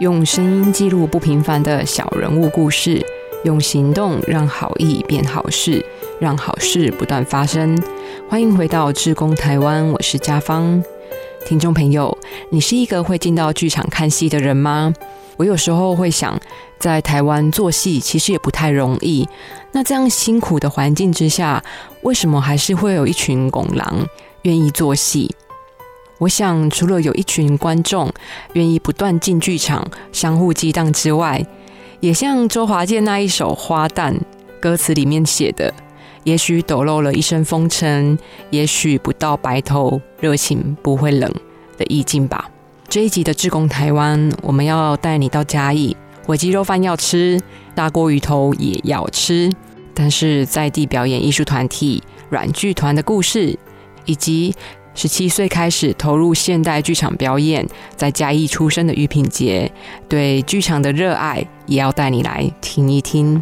用声音记录不平凡的小人物故事，用行动让好意变好事，让好事不断发生。欢迎回到志工台湾，我是家芳。听众朋友，你是一个会进到剧场看戏的人吗？我有时候会想，在台湾做戏其实也不太容易，那这样辛苦的环境之下，为什么还是会有一群拱狼愿意做戏？我想除了有一群观众愿意不断进剧场相互激荡之外，也像周华健那一首《花旦》歌词里面写的，也许抖露了一身风尘，也许不到白头，热情不会冷的意境吧。这一集的志工台湾，我们要带你到嘉义，火鸡肉饭要吃，大锅鱼头也要吃，但是在地表演艺术团体软剧团的故事，以及17岁开始投入现代剧场表演，在嘉义出生的于品杰对剧场的热爱，也要带你来听一听。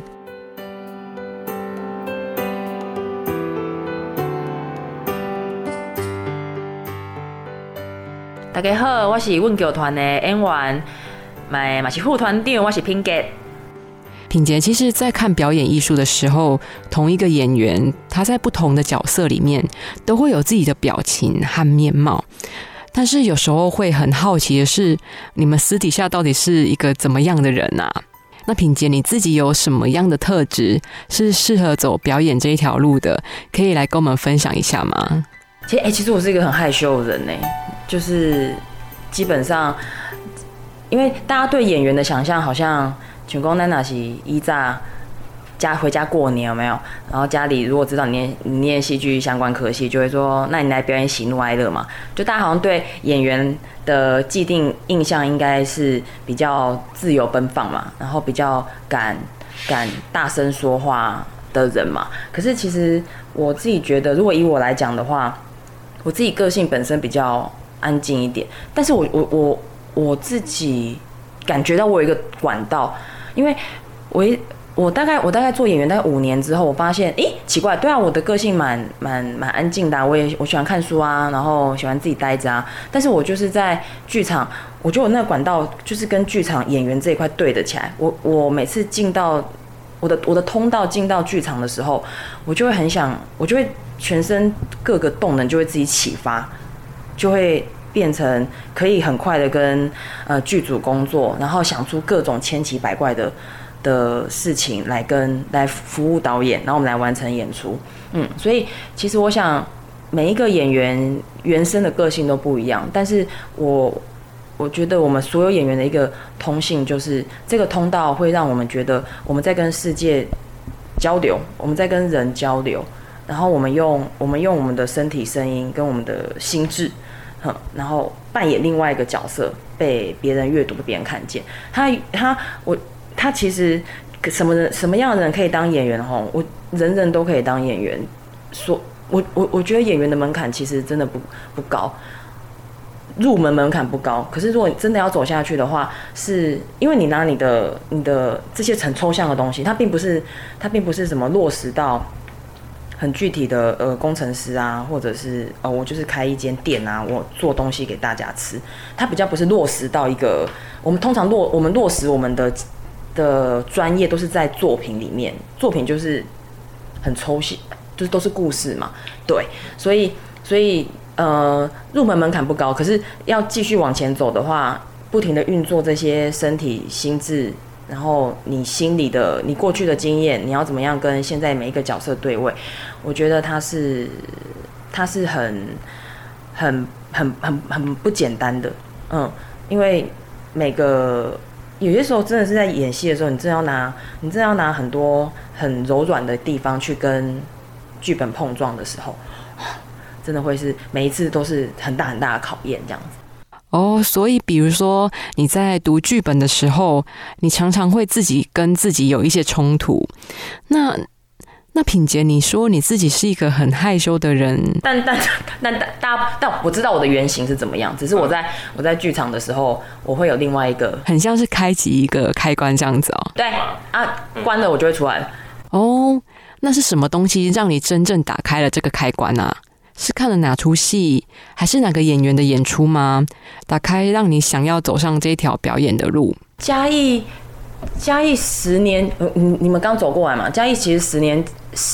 大家好，我是阮剧团的演员，也是副团长，我是品杰。 品杰其实在看表演艺术的时候，同一个演员他在不同的角色里面都会有自己的表情和面貌，但是有时候会很好奇的是，你们私底下到底是一个怎么样的人啊？那品杰你自己有什么样的特质是适合走表演这一条路的？可以来跟我们分享一下吗？ 其实我是一个很害羞的人呢，就是基本上，因为大家对演员的想象好像像说咱若是以早回家过年有没有？然后家里如果知道你念戏剧相关科系，就会说那你来表演喜怒哀乐嘛。就大家好像对演员的既定印象应该是比较自由奔放嘛，然后比较敢大声说话的人嘛。可是其实我自己觉得，如果以我来讲的话，我自己个性本身比较安静一点，但是我自己感觉到我有一个管道，因为我大概做演员大概5年之后，我发现，奇怪，对啊，我的个性蛮安静的啊，我喜欢看书啊，然后喜欢自己待着啊，但是我就是在剧场，我觉得我那个管道就是跟剧场演员这一块对得起来。我每次进到我的通道进到剧场的时候，我就会很想，我就会全身各个动能就会自己启发，就会变成可以很快的跟剧组工作，然后想出各种千奇百怪的事情来服务导演，然后我们来完成演出。所以其实我想每一个演员原生的个性都不一样，但是我觉得我们所有演员的一个通性就是这个通道会让我们觉得我们在跟世界交流，我们在跟人交流，然后我们用我们的身体声音跟我们的心智，然后扮演另外一个角色，被别人阅读，被别人看见。他其实什么样的人可以当演员？我人人都可以当演员。我觉得演员的门槛其实真的不高。入门门槛不高，可是如果你真的要走下去的话，是因为你拿你的这些很抽象的东西，它并不是什么落实到很具体的工程师啊，或者是我就是开一间店啊，我做东西给大家吃，它比较不是落实到一个我们通常落实我们的专业都是在作品里面，作品就是很抽象，就是都是故事嘛，对，所以入门门槛不高，可是要继续往前走的话，不停的运作这些身体、心智，然后你心里的、你过去的经验，你要怎么样跟现在每一个角色对位？我觉得它是很不简单的，因为有些时候真的是在演戏的时候，你真的要拿很多很柔软的地方去跟剧本碰撞的时候。真的会是每一次都是很大很大的考验，这样子。 所以比如说你在读剧本的时候，你常常会自己跟自己有一些冲突。那品杰，你说你自己是一个很害羞的人， 但我知道我的原型是怎么样，只是我在剧场的时候，我会有另外一个， 很像是开启一个开关这样子哦。 对啊，关了我就会出来了。 那是什么东西让你真正打开了这个开关啊？是看了哪出戏，还是哪个演员的演出吗？打开让你想要走上这条表演的路？ 嘉义10年，你们刚走过来嘛？嘉义其实10年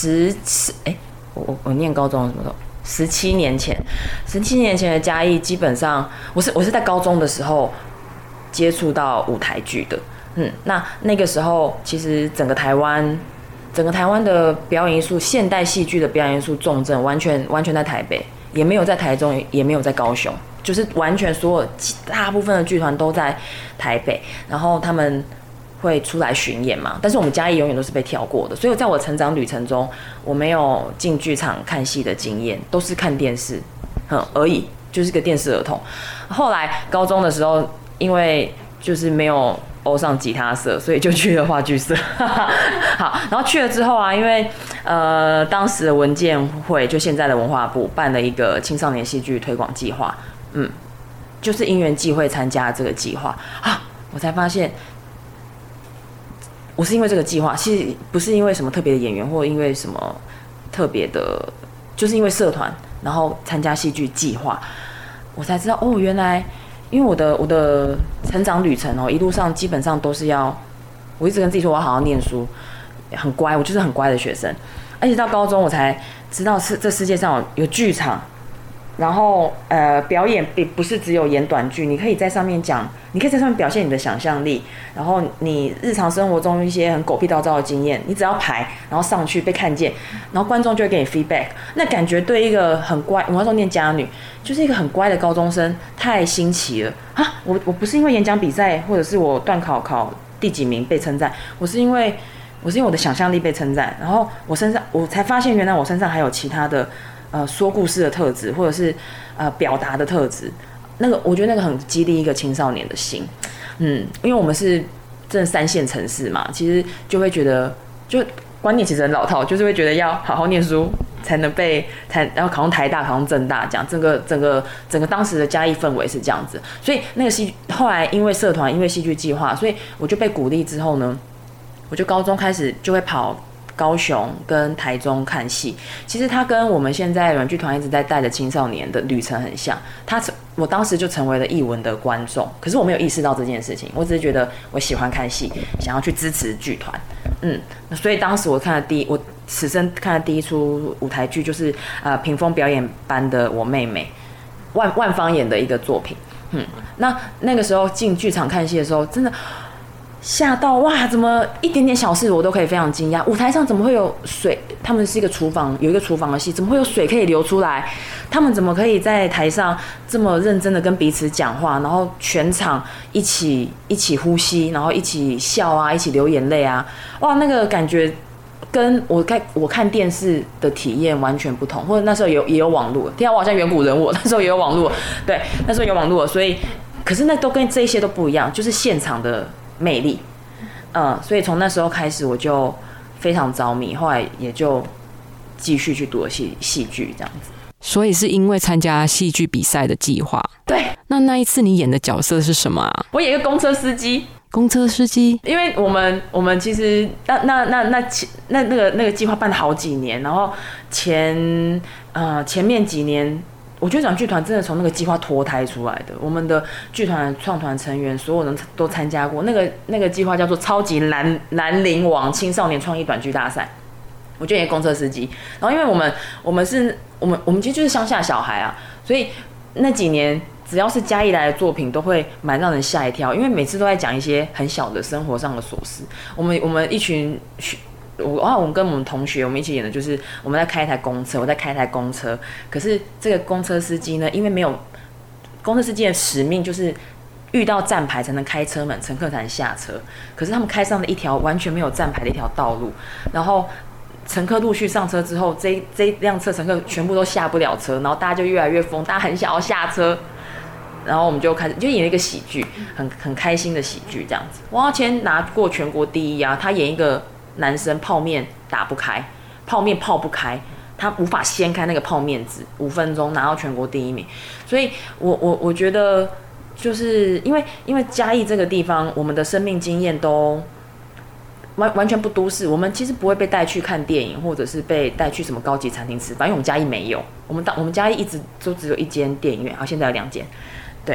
我念高中什么时候？17年前，17年前的嘉义基本上，我是在高中的时候接触到舞台剧的。那个时候其实整个台湾的表演艺术，现代戏剧的表演艺术重镇完全在台北，也没有在台中，也没有在高雄，就是完全所有大部分的剧团都在台北，然后他们会出来巡演嘛，但是我们嘉义永远都是被跳过的，所以在我成长旅程中，我没有进剧场看戏的经验，都是看电视，而已，就是个电视儿童。后来高中的时候，因为就是没有欧上吉他社，所以就去了话剧社。好，然后去了之后啊，因为当时的文建会就现在的文化部办了一个青少年戏剧推广计划，就是因缘际会参加这个计划啊，我才发现。我是因为这个计划，其实不是因为什么特别的演员，或因为什么特别的，就是因为社团，然后参加戏剧计划，我才知道哦，原来因为我的成长旅程哦，一路上基本上都是要，我一直跟自己说我要好好念书，很乖，我就是很乖的学生，而且到高中我才知道这世界上有剧场。然后表演不是只有演短剧，你可以在上面讲，你可以在上面表现你的想象力，然后你日常生活中一些很狗屁倒灶的经验，你只要排，然后上去被看见，然后观众就会给你 feedback， 那感觉对一个很乖，我那时候念家女，就是一个很乖的高中生，太新奇了啊！我不是因为演讲比赛或者是我段考第几名被称赞，我是因为我的想象力被称赞，然后我才发现原来我身上还有其他的。说故事的特质，或者是表达的特质，我觉得那个很激励一个青少年的心，因为我们是真的3线城市嘛，其实就会觉得，就观念其实很老套，就是会觉得要好好念书才然后考上台大、考上政大这样，整个当时的嘉义氛围是这样子，所以那个后来因为社团、因为戏剧计划，所以我就被鼓励之后呢，我就高中开始就会跑。高雄跟台中看戏，其实它跟我们现在软剧团一直在带的青少年的旅程很像。我当时就成为了艺文的观众，可是我没有意识到这件事情，我只是觉得我喜欢看戏，想要去支持剧团。所以当时我此生看的第一出舞台剧就是屏风表演班的我妹妹万芳演的一个作品。那个时候进剧场看戏的时候，真的。吓到哇！怎么一点点小事我都可以非常惊讶？舞台上怎么会有水？他们是一个厨房，有一个厨房的戏，怎么会有水可以流出来？他们怎么可以在台上这么认真的跟彼此讲话，然后全场一起呼吸，然后一起笑啊，一起流眼泪啊！哇，那个感觉跟我看电视的体验完全不同。或者那时候也有网络，天啊，我好像远古人物，那时候也有网络，对，那时候有网络，所以可是那都跟这些都不一样，就是现场的。魅力，所以从那时候开始我就非常着迷，后来也就继续去读了戏剧这样子。 所以是因为参加戏剧比赛的计划。 对， 那一次你演的角色是什么啊？ 我演一个公车司机。 公车司机， 因为我们其实那个计划办了好几年，然后前面几年。我觉得软剧团真的从那个计划脱胎出来的。我们的剧团创团成员所有人都参加过那个计划，叫做超级兰陵王青少年创意短剧大赛。我就演公车司机，然后因为我们其实就是乡下小孩啊，所以那几年只要是嘉义来的作品，都会蛮让人吓一跳，因为每次都在讲一些很小的生活上的琐事。我们一群。我们跟我们同学，我们一起演的就是我们在开一台公车，我在开一台公车。可是这个公车司机呢，因为没有公车司机的使命就是遇到站牌才能开车门，乘客才能下车。可是他们开上了一条完全没有站牌的一条道路，然后乘客陆续上车之后，这辆车乘客全部都下不了车，然后大家就越来越疯，大家很想要下车。然后我们就开始就演了一个喜剧，很开心的喜剧这样子。王耀谦拿过全国第一啊，他演一个。男生泡面打不开，泡面泡不开，他无法掀开那个泡面纸，5分钟拿到全国第1名。所以我觉得就是因为嘉义这个地方，我们的生命经验都完全不都市，我们其实不会被带去看电影，或者是被带去什么高级餐厅吃饭，因为我们嘉义没有，我们嘉义一直都只有1间电影院，然后现在有2间，对，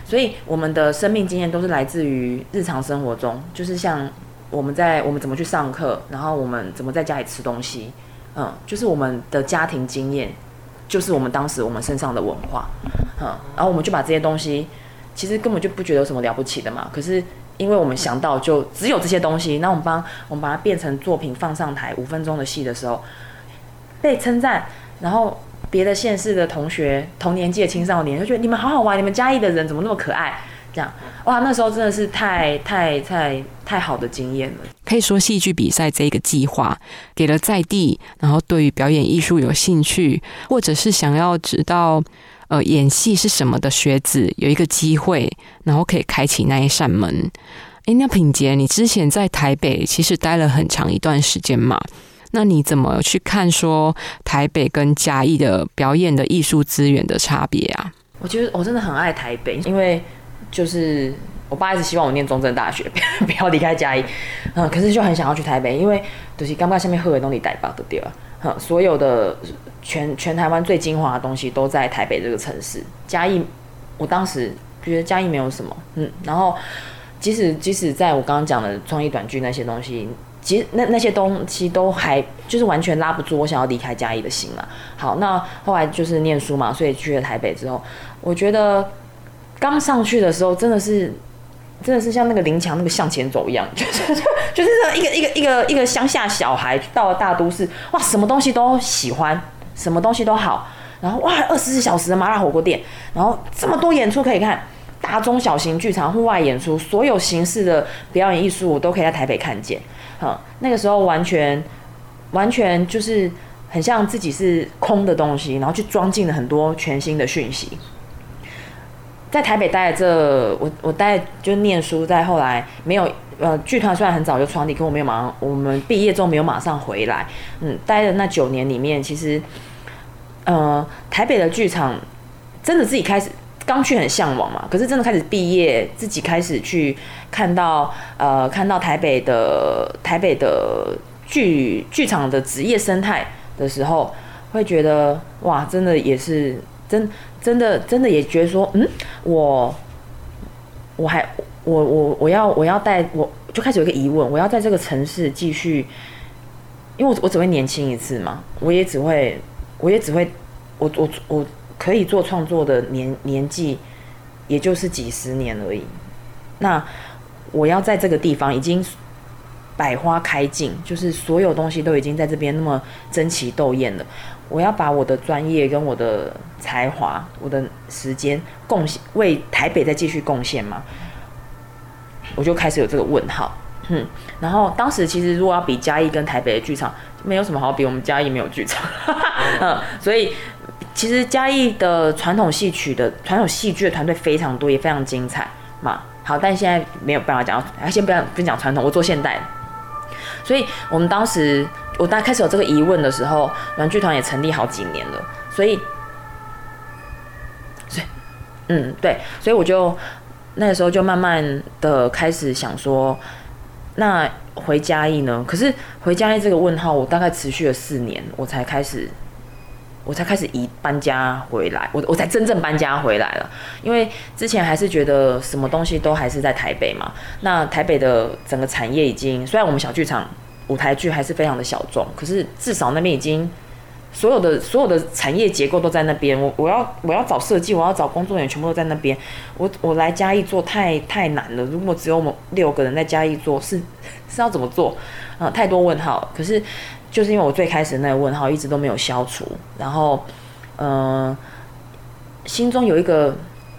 所以我们的生命经验都是来自于日常生活中，就是像我们怎么去上课，然后我们怎么在家里吃东西，就是我们的家庭经验，就是我们当时我们身上的文化，然后我们就把这些东西，其实根本就不觉得有什么了不起的嘛，可是因为我们想到就只有这些东西，那我们把它变成作品放上台5分钟的戏的时候，被称赞，然后别的县市的同学同年纪的青少年就觉得你们好好玩，你们嘉义的人怎么那么可爱，这样哇，那时候真的是太好的经验了。 可以说戏剧比赛这个计划给了在地，然后对于表演艺术有兴趣，或者是想要知道演戏是什么的学子有一个机会，然后可以开启那一扇门。那品杰，你之前在台北其实待了很长一段时间嘛，那你怎么去看说台北跟嘉义的表演的艺术资源的差别啊？ 我觉得我真的很爱台北，因为就是我爸一直希望我念中正大学，不要离开嘉义，可是就很想要去台北，因为就是刚刚下面喝的东西台北的对吧？所有的全台湾最精华的东西都在台北这个城市。嘉义，我当时觉得嘉义没有什么，然后即使在我刚刚讲的创意短剧那些东西，其实那些东西都还就是完全拉不住我想要离开嘉义的心啦。好，那后来就是念书嘛，所以去了台北之后，我觉得刚上去的时候真的是像那个林强那个向前走一样，就是一个乡下小孩到了大都市，哇，什么东西都喜欢，什么东西都好，然后哇，24小时的麻辣火锅店，然后这么多演出可以看，大中小型剧场、户外演出，所有形式的表演艺术我都可以在台北看见。那个时候完全就是很像自己是空的东西，然后去装进了很多全新的讯息。在台北待了我待就念书，在后来没有剧团虽然很早就创立，可我们毕业之后没有马上回来。待的那9年里面，其实台北的剧场真的自己开始刚去很向往嘛，可是真的开始毕业，自己开始去看到台北的剧场的职业生态的时候，会觉得哇，真的也是真的也觉得说，我要带，我就开始有一个疑问，我要在这个城市继续，因为我只会年轻一次嘛，我也只会我可以做创作的年纪，也就是几十年而已。那我要在这个地方已经百花开尽，就是所有东西都已经在这边那么争奇斗艳了。我要把我的专业跟我的才华、我的时间贡献，为台北再继续贡献吗？我就开始有这个问号。然后当时其实如果要比嘉义跟台北的剧场，没有什么好比，我们嘉义没有剧场，所以其实嘉义的传统戏剧的团队非常多，也非常精彩嘛。好，但现在没有办法讲，先不讲传统，我做现代的。所以我们当时我大概开始有这个疑问的时候，软剧团也成立好几年了，所以对，所以我就那个时候就慢慢的开始想说，那回嘉义呢？可是回嘉义这个问号，我大概持续了4年，我才开始搬家回来，我才真正搬家回来了。因为之前还是觉得什么东西都还是在台北嘛。那台北的整个产业已经，虽然我们小剧场舞台剧还是非常的小众，可是至少那边已经所有的产业结构都在那边。我要找设计，我要找工作人员，全部都在那边。我来嘉义做太难了。如果只有我们6个人在嘉义做，是要怎么做？太多问号了。可是就是因为我最开始那个问号一直都没有消除，然后心中有一个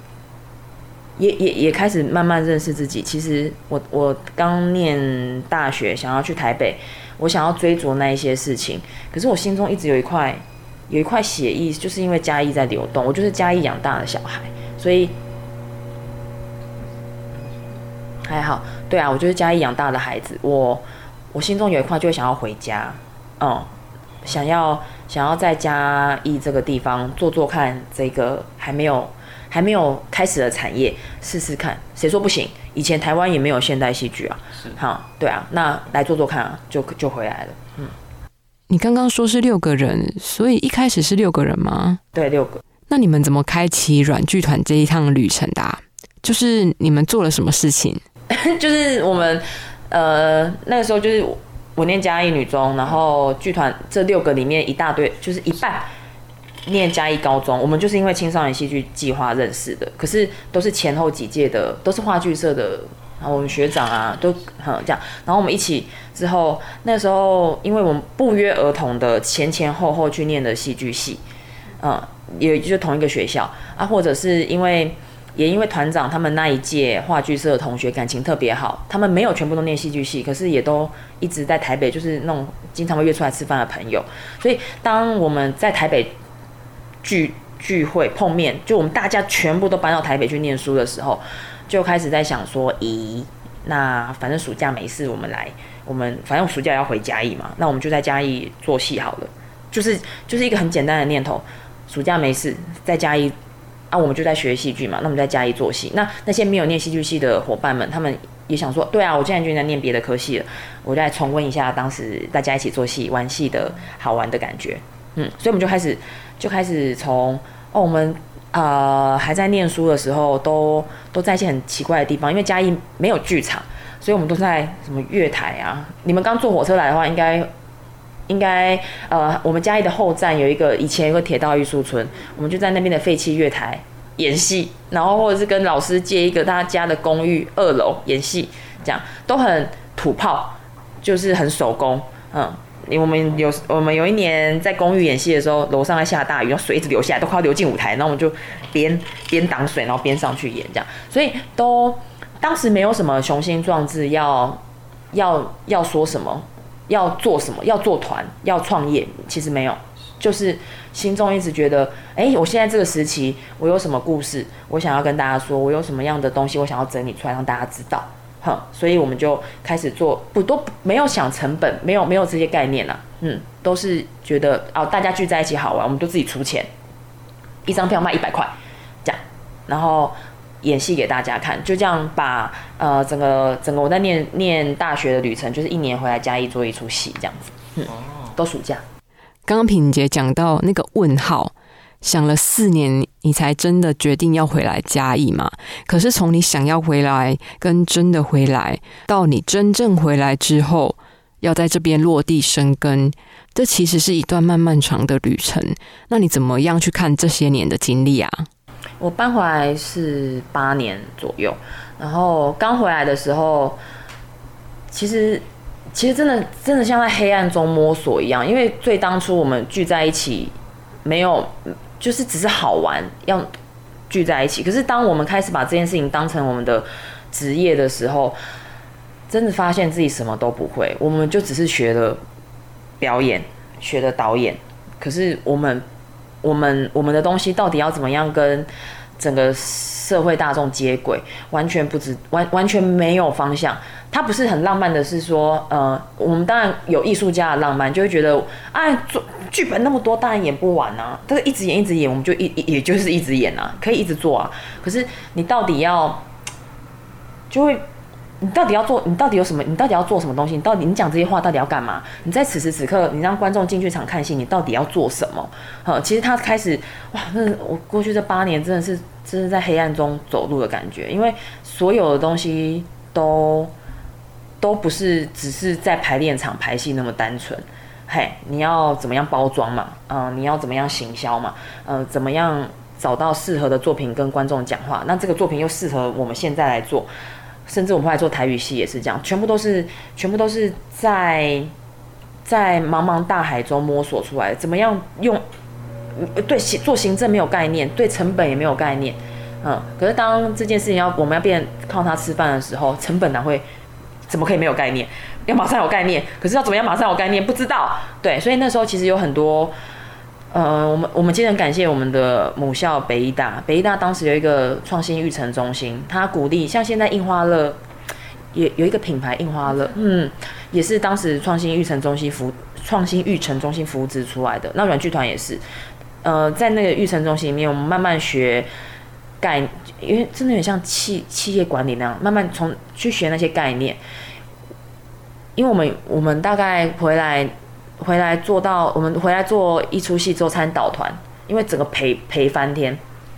也开始慢慢认识自己。其实我刚念大学，想要去台北，我想要追逐那一些事情，可是我心中一直有一块血意，就是因为嘉义在流动，我就是嘉义养大的小孩，所以还好。对啊，我就是嘉义养大的孩子，我心中有一块就会想要回家，想要在嘉义这个地方做看这个还没有开始的产业，试试看，谁说不行？以前台湾也没有现代戏剧啊，好，对啊，那来做看啊，就回来了。 你刚刚说是6个人，所以一开始是6个人吗？ 对，6个。 那你们怎么开启软剧团这一趟旅程的啊？ 就是你们做了什么事情？ 就是我们那个时候就是我念嘉义女中，然后剧团这6个里面一大堆，就是一半念嘉义高中，我们就是因为青少年戏剧计划认识的，可是都是前后几届的，都是话剧社的。然后我们学长啊都这样，然后我们一起之后，那时候因为我们不约而同的前后去念的戏剧系，也就是同一个学校啊，或者是因为团长他们那一届话剧社的同学感情特别好，他们没有全部都念戏剧系，可是也都一直在台北，就是那种经常会约出来吃饭的朋友，所以当我们在台北聚会碰面，就我们大家全部都搬到台北去念书的时候。就开始在想说，那反正暑假没事，我们反正暑假要回嘉义嘛，那我们就在嘉义做戏好了，就是一个很简单的念头，暑假没事，在嘉义啊，我们就在学戏剧嘛，那我们在嘉义做戏，那些没有念戏剧系的伙伴们，他们也想说，对啊，我现在就在念别的科系了，我再重温一下当时大家一起做戏玩戏的好玩的感觉，所以我们就开始从我们。还在念书的时候都在一些很奇怪的地方，因为嘉义没有剧场，所以我们都在什么月台啊。你们刚坐火车来的话，应该我们嘉义的后站以前有一个铁道艺术村，我们就在那边的废弃月台演戏，然后或者是跟老师借一个他家的公寓2楼演戏，这样都很土炮，就是很手工，我们有一年在公寓演戏的时候，楼上在下大雨，然后水一直流下来，都快要流进舞台，然后我们就边挡水，然后边上去演这样，所以当时没有什么雄心壮志要说什么，要做什么，要做团，要创业，其实没有，就是心中一直觉得，我现在这个时期，我有什么故事，我想要跟大家说，我有什么样的东西，我想要整理出来让大家知道。所以我们就开始做，都没有想成本，没有这些概念啦，都是觉得大家聚在一起好玩，我们都自己出钱，一张票卖100块，这样，然后演戏给大家看，就这样把整个我在念大学的旅程，就是1年回来嘉义做一出戏这样子，都暑假。 刚刚品姐讲到那个问号。想了4年，你才真的决定要回来嘉义嘛？可是从你想要回来跟真的回来，到你真正回来之后，要在这边落地生根，这其实是一段漫长的旅程。那你怎么样去看这些年的经历啊？ 我搬回来是8年左右，然后刚回来的时候，其实真的像在黑暗中摸索一样，因为最当初我们聚在一起，没有。就是只是好玩，要聚在一起。可是当我们开始把这件事情当成我们的职业的时候，真的发现自己什么都不会。我们就只是学了表演，学了导演。可是我们的东西到底要怎么样跟整个社会大众接轨，完全没有方向。它不是很浪漫的，是说，我们当然有艺术家的浪漫，就会觉得，做剧本那么多，当然演不完啊。这个一直演，我们就也就是一直演啊，可以一直做啊。可是你到底要，你到底要做，你到底有什么？你到底要做什么东西？你讲这些话到底要干嘛？你在此时此刻，你让观众进剧场看戏，你到底要做什么？其实他开始，我过去这8年真的是在黑暗中走路的感觉，因为所有的东西都不是只是在排练场排戏那么单纯。你要怎么样包装嘛？你要怎么样行销嘛？怎么样找到适合的作品跟观众讲话？那这个作品又适合我们现在来做，甚至我们后来做台语戏也是这样，全部都是在茫茫大海中摸索出来，怎么样用？对做行政没有概念，对成本也没有概念。可是当这件事情我们要变靠它吃饭的时候，成本哪会？怎么可以没有概念？要马上有概念，可是要怎么样马上有概念？不知道。对，所以那时候其实有很多，我们今天很感谢我们的母校北医大当时有一个创新育成中心，它鼓励像现在印花乐也有一个品牌印花乐，也是当时创新育成中心扶植出来的。那软剧团也是，在那个育成中心里面，我们慢慢学因为真的很像企业管理那样，慢慢去学那些概念。因为我们大概回来做一出戏之后才能导团，因为整个赔翻天。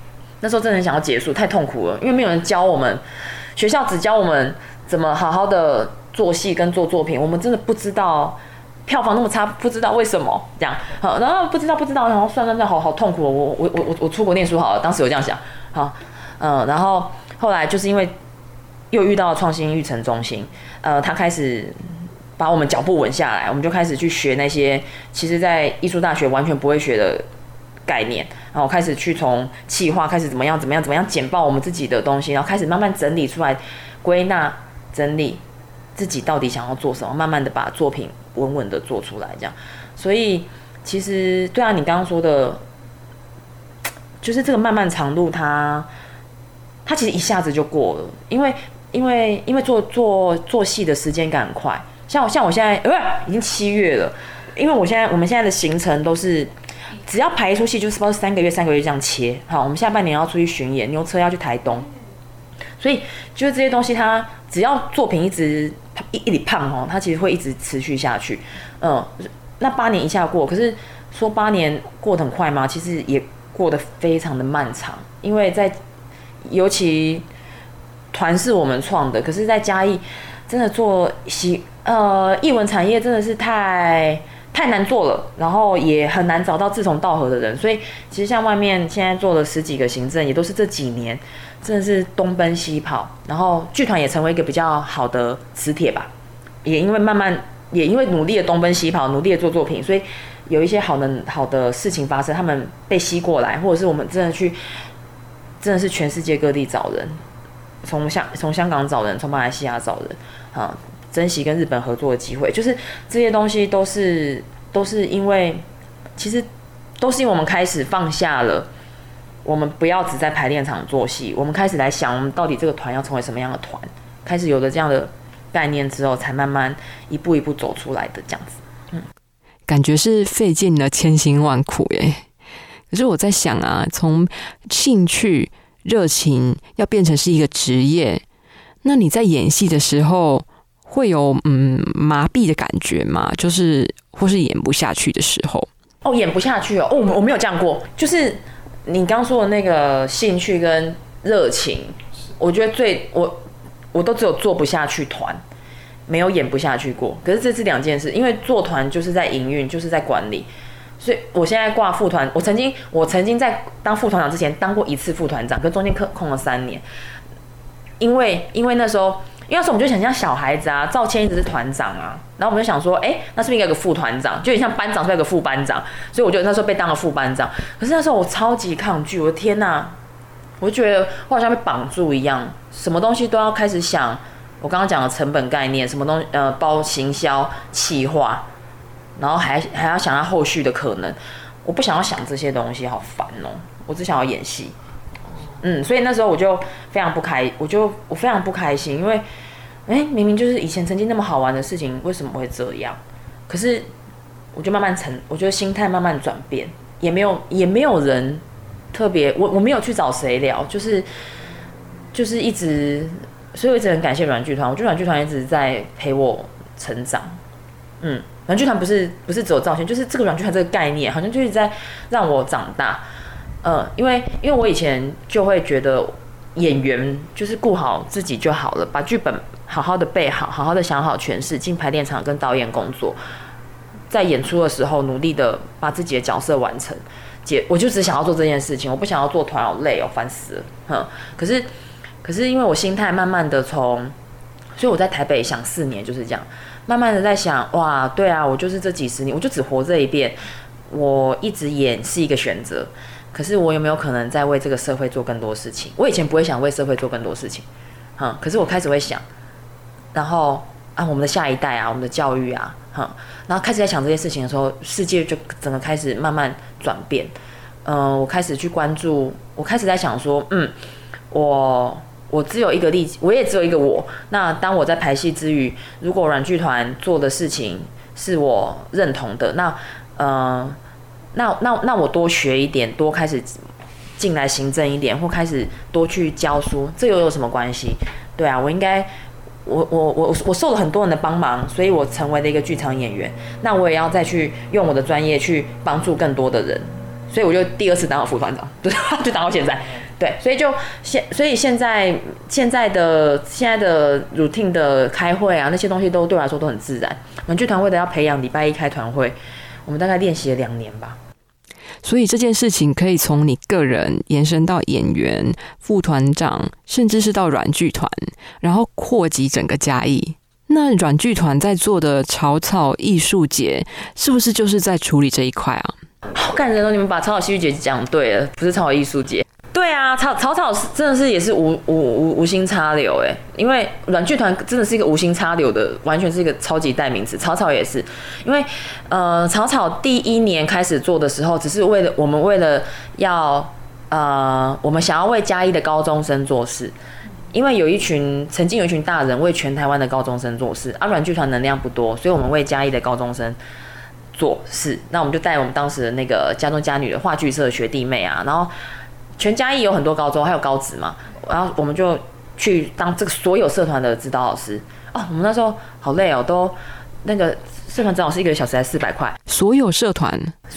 那时候真的很想要结束，太痛苦了，因为没有人教我们，学校只教我们怎么好好的做戏跟做作品，我们真的不知道票房那么差，不知道为什么这样，好，然后不知道，然后算，好痛苦哦，我出国念书好了，当时有这样想，好，然后后来就是因为又遇到了创新育成中心，他开始把我们脚步稳下来，我们就开始去学那些其实在艺术大学完全不会学的概念，然后开始去从企划开始怎么样简报我们自己的东西，然后开始慢慢整理出来，归纳整理自己到底想要做什么，慢慢的把作品稳稳的做出来，这样。所以其实对啊，你刚刚说的，就是这个漫漫长路它其实一下子就过了，因为做戏的时间感很快。像我现在，已经7月了，因为我们现在的行程都是，只要排一出戏就是不知道3个月这样切。好，我们下半年要出去巡演，牛车要去台东，所以就是这些东西，它只要作品一直胖哦，它其实会一直持续下去。那8年一下过，可是说8年过得很快吗？其实也过得非常的漫长，因为尤其团是我们创的，可是在嘉义真的做艺文产业真的是太难做了，然后也很难找到志同道合的人，所以其实像外面现在做了10几个行政，也都是这几年真的是东奔西跑，然后剧团也成为一个比较好的磁铁吧，也因为努力的东奔西跑，努力的做作品，所以有一些好的事情发生，他们被吸过来，或者是我们真的是全世界各地找人，从香港找人，从马来西亚找人，珍惜跟日本合作的机会，就是这些东西都是因为，其实都是因为我们开始放下了，我们不要只在排练场做戏，我们开始来想我们到底这个团要成为什么样的团，开始有了这样的概念之后，才慢慢一步一步走出来的这样子。 感觉是费尽了千辛万苦耶。可是我在想啊，从兴趣热情要变成是一个职业，那你在演戏的时候会有麻痹的感觉吗？就是或是演不下去的时候？ 演不下去我没有这样过。就是你刚说的那个兴趣跟热情，我觉得我都只有做不下去团，没有演不下去过。可是这是2件事，因为做团就是在营运，就是在管理。所以我现在挂副团，我曾经在当副团长之前当过1次副团长，跟中间空了3年。因为那时候我们就想像小孩子啊，赵谦一直是团长啊，然后我们就想说，那是不是应该有个副团长，就有点像班长是不是有个副班长，所以我就那时候被当了副班长。可是那时候我超级抗拒，我的天哪，我就觉得我好像被绑住一样，什么东西都要开始想。我刚刚讲的成本概念，什么东西包行销、企划，然后还要想到后续的可能，我不想要想这些东西，好烦哦！我只想要演戏。所以那时候我就非常不开心，因为明明就是以前曾经那么好玩的事情，为什么会这样？可是我就我觉得心态慢慢转变，也没有人特别，我没有去找谁聊，就是一直，所以我一直很感谢软剧团，我觉得软剧团一直在陪我成长。软剧团不是只有造型，就是这个软剧团这个概念，好像就是在让我长大。因为我以前就会觉得演员就是顾好自己就好了，把剧本好好的背好，好好的想好诠释，进排练场跟导演工作，在演出的时候努力的把自己的角色完成。我就只想要做这件事情，我不想要做团，好累哦，烦死了。可是因为我心态慢慢的所以我在台北想4年就是这样，慢慢的在想，哇，对啊，我就是这几10年，我就只活这一遍，我一直演是一个选择。可是我有没有可能再为这个社会做更多事情？我以前不会想为社会做更多事情，可是我开始会想，然后我们的下一代啊，我们的教育啊，然后开始在想这些事情的时候，世界就整个开始慢慢转变。我开始去关注，我开始在想说，我只有一个我也只有一个我。那当我在排戏之余，如果软剧团做的事情是我认同的，那我多学一点，多开始进来行政一点，或开始多去教书，这又有什么关系？对啊，我应该，我受了很多人的帮忙，所以我成为了一个剧场演员。那我也要再去用我的专业去帮助更多的人，所以我就第2次当了副团长，就当到现在。 对，所以现在的 routine 的开会啊，那些东西都对我来说都很自然。软剧团为了要培养礼拜一开团会，我们大概练习了2年吧。 所以这件事情可以从你个人延伸到演员、副团长，甚至是到软剧团，然后扩及整个嘉义。那软剧团在做的草草艺术节，是不是就是在处理这一块啊？ 好感人哦！你们把草草戏剧节讲对了，不是草草艺术节。对啊，草真的是也是无心插柳哎，因为软剧团真的是一个无心插柳的，完全是一个超级代名词。草草也是，因为草草第1年开始做的时候，只是为了要我们想要为嘉义的高中生做事。因为曾经有一群大人为全台湾的高中生做事，软剧团能量不多，所以我们为嘉义的高中生做事。那我们就带我们当时的那个嘉东嘉女的话剧社的学弟妹啊，然后全嘉义有很多高中，还有高职嘛，然后我们就去当这个所有社团的指导老师。我们那时候好累哦，都那个社团指导老师1个小时才400块， 所有社团，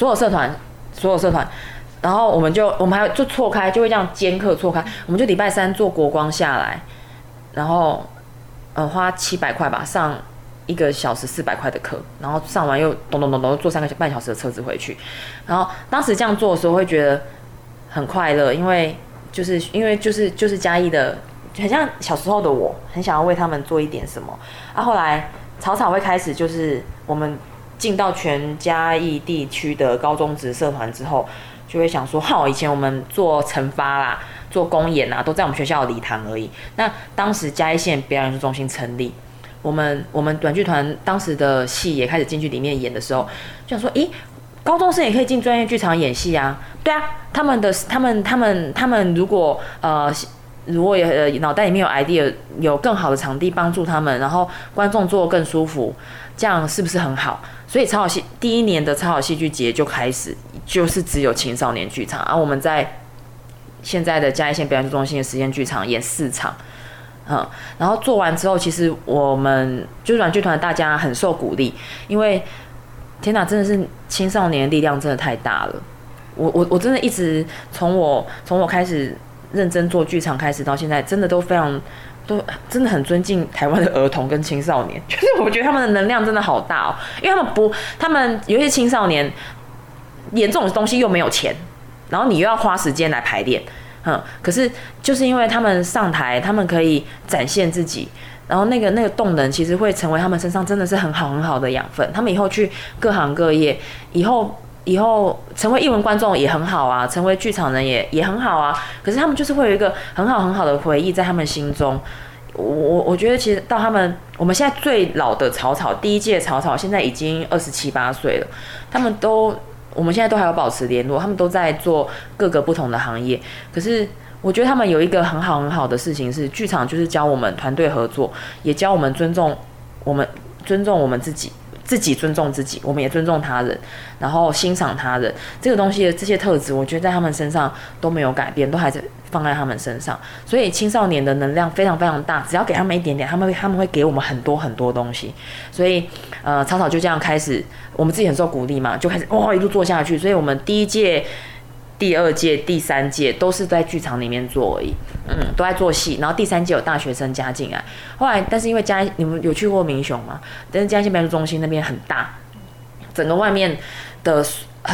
然后我们还就错开，就会这样兼课错开，我们就礼拜3做国光下来，然后花700块吧，上1个小时400块的课，然后上完又咚坐3个半小时的车子回去。然后当时这样做的时候会觉得很快乐，因为就是嘉义的，很像小时候的我，很想要为他们做一点什么。后来草草会开始，就是我们进到全嘉义地区的高中职社团之后，就会想说，以前我们做惩罚啦，做公演啊，都在我们学校的礼堂而已。那当时嘉义县表演艺术中心成立，我们软剧团当时的戏也开始进去里面演的时候，就想说，高中生也可以进专业剧场演戏啊。对啊，他们如果脑袋里面有 idea， 有更好的场地帮助他们，然后观众做得更舒服，这样是不是很好？所以第1年的草草戏剧节就开始，就是只有青少年剧场，我们在现在的嘉义县表演艺术中心的实验剧场演4场。然后做完之后，其实我们就是软剧团，大家很受鼓励，因为天哪，真的是青少年的力量真的太大了。我真的一直从我开始认真做剧场开始到现在，真的都真的很尊敬台湾的儿童跟青少年，就是我觉得他们的能量真的好大哦，因为他们有一些青少年演这种东西又没有钱，然后你又要花时间来排练。可是就是因为他们上台，他们可以展现自己，然后那个动能其实会成为他们身上真的是很好很好的养分。他们以后去各行各业，以后成为艺文观众也很好啊，成为剧场人也很好啊。可是他们就是会有一个很好很好的回忆在他们心中。我觉得其实到我们现在最老的草草，第1届草草现在已经27、28岁了，我们现在都还有保持联络，他们都在做各个不同的行业。可是我觉得他们有一个很好很好的事情是，剧场就是教我们团队合作，也教我们尊重我们自己尊重自己，我们也尊重他人，然后欣赏他人。这个东西的这些特质，我觉得在他们身上都没有改变，都还是放在他们身上。所以青少年的能量非常非常大，只要给他们一点点，他们会给我们很多很多东西。所以草草就这样开始，我们自己很受鼓励嘛，就开始一路做下去。所以我们第1届、第2届、第3届都是在剧场里面做而已，都在做戏。然后第3届有大学生加进来，后来但是因为你们有去过民雄吗？但是嘉义县表演艺术中心那边很大，整个外面的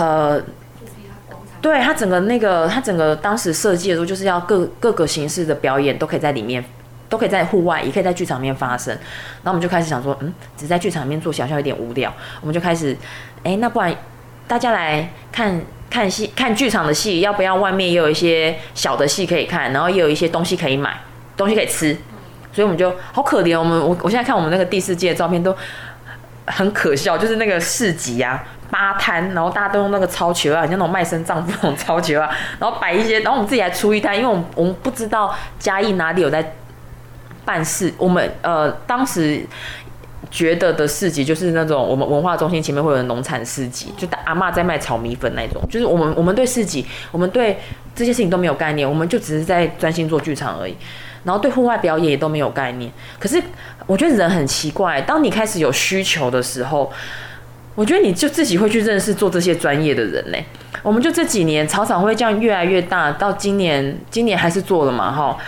对它整个当时设计的时候，就是要各个形式的表演都可以在里面，都可以在户外，也可以在剧场里面发生。然后我们就开始想说，只在剧场里面做，好像有点无聊。我们就开始，那不然大家来看戏，看剧场的戏，要不要外面也有一些小的戏可以看，然后也有一些东西可以买，东西可以吃。所以我们就好可怜，我现在看我们那个第4届的照片都很可笑，就是那个市集啊。8摊，然后大家都用那个超球啊，像那种卖身丈夫那种超球啊，然后摆一些，然后我们自己还出一摊，因为我们不知道嘉义哪里有在办市，我们当时觉得的市集就是那种我们文化中心前面会有农产市集，就阿嬷在卖炒米粉那种，就是我们对市集，我们对这些事情都没有概念，我们就只是在专心做剧场而已，然后对户外表演也都没有概念。可是我觉得人很奇怪，当你开始有需求的时候， 我觉得你就自己会去认识做这些专业的人呢。我们就这几年草草会这样越来越大，到今年还是做了嘛，哈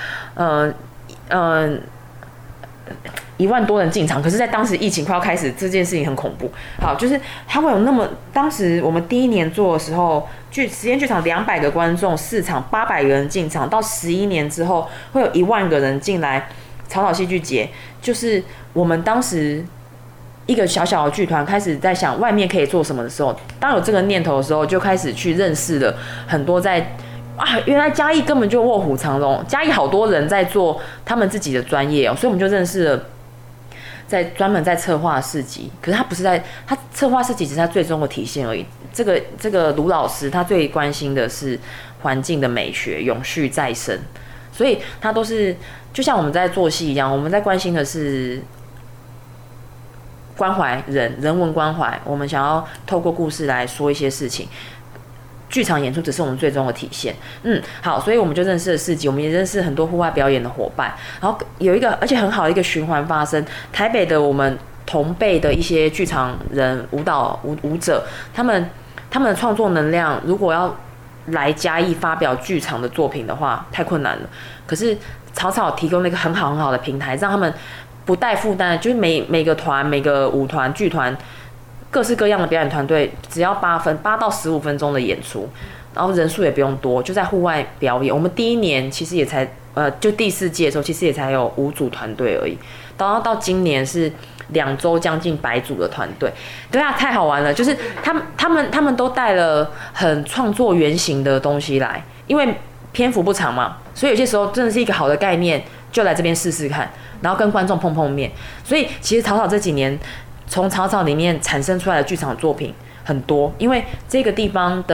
，1万多人进场，可是，在当时疫情快要开始，这件事情很恐怖。好，就是它会有当时我们第一年做的时候，实验剧场200个观众，4场800个人进场，到11年之后会有1万个人进来草草戏剧节，就是我们当时一个小小的剧团开始在想外面可以做什么的时候，当有这个念头的时候，就开始去认识了很多原来嘉义根本就卧虎藏龙，嘉义好多人在做他们自己的专业所以我们就认识了专门在策划市集，可是他策划市集只是他最终的体现而已。这个卢老师他最关心的是环境的美学、永续再生，所以他都是就像我们在做戏一样，我们在关心的是关怀人文关怀，我们想要透过故事来说一些事情。剧场演出只是我们最终的体现。好，所以我们就认识了市集，我们也认识很多户外表演的伙伴，然后有一个而且很好的一个循环发生。台北的我们同辈的一些剧场人、舞者，他们的创作能量，如果要来嘉义发表剧场的作品的话，太困难了。可是草草提供了一个很好的平台，让他们不带负担，就是每个团、每个舞团、剧团。各式各样的表演团队，只要8到15分钟的演出，然后人数也不用多，就在户外表演。我们第一年其实也才就第4届的时候，其实也才有5组团队而已。到今年是2周将近100组的团队，对啊，太好玩了！就是他们都带了很创作原型的东西来，因为篇幅不长嘛，所以有些时候真的是一个好的概念，就来这边试试看，然后跟观众碰面。所以其实草草这几年。从草草里面产生出来的剧场作品很多，因为这个地方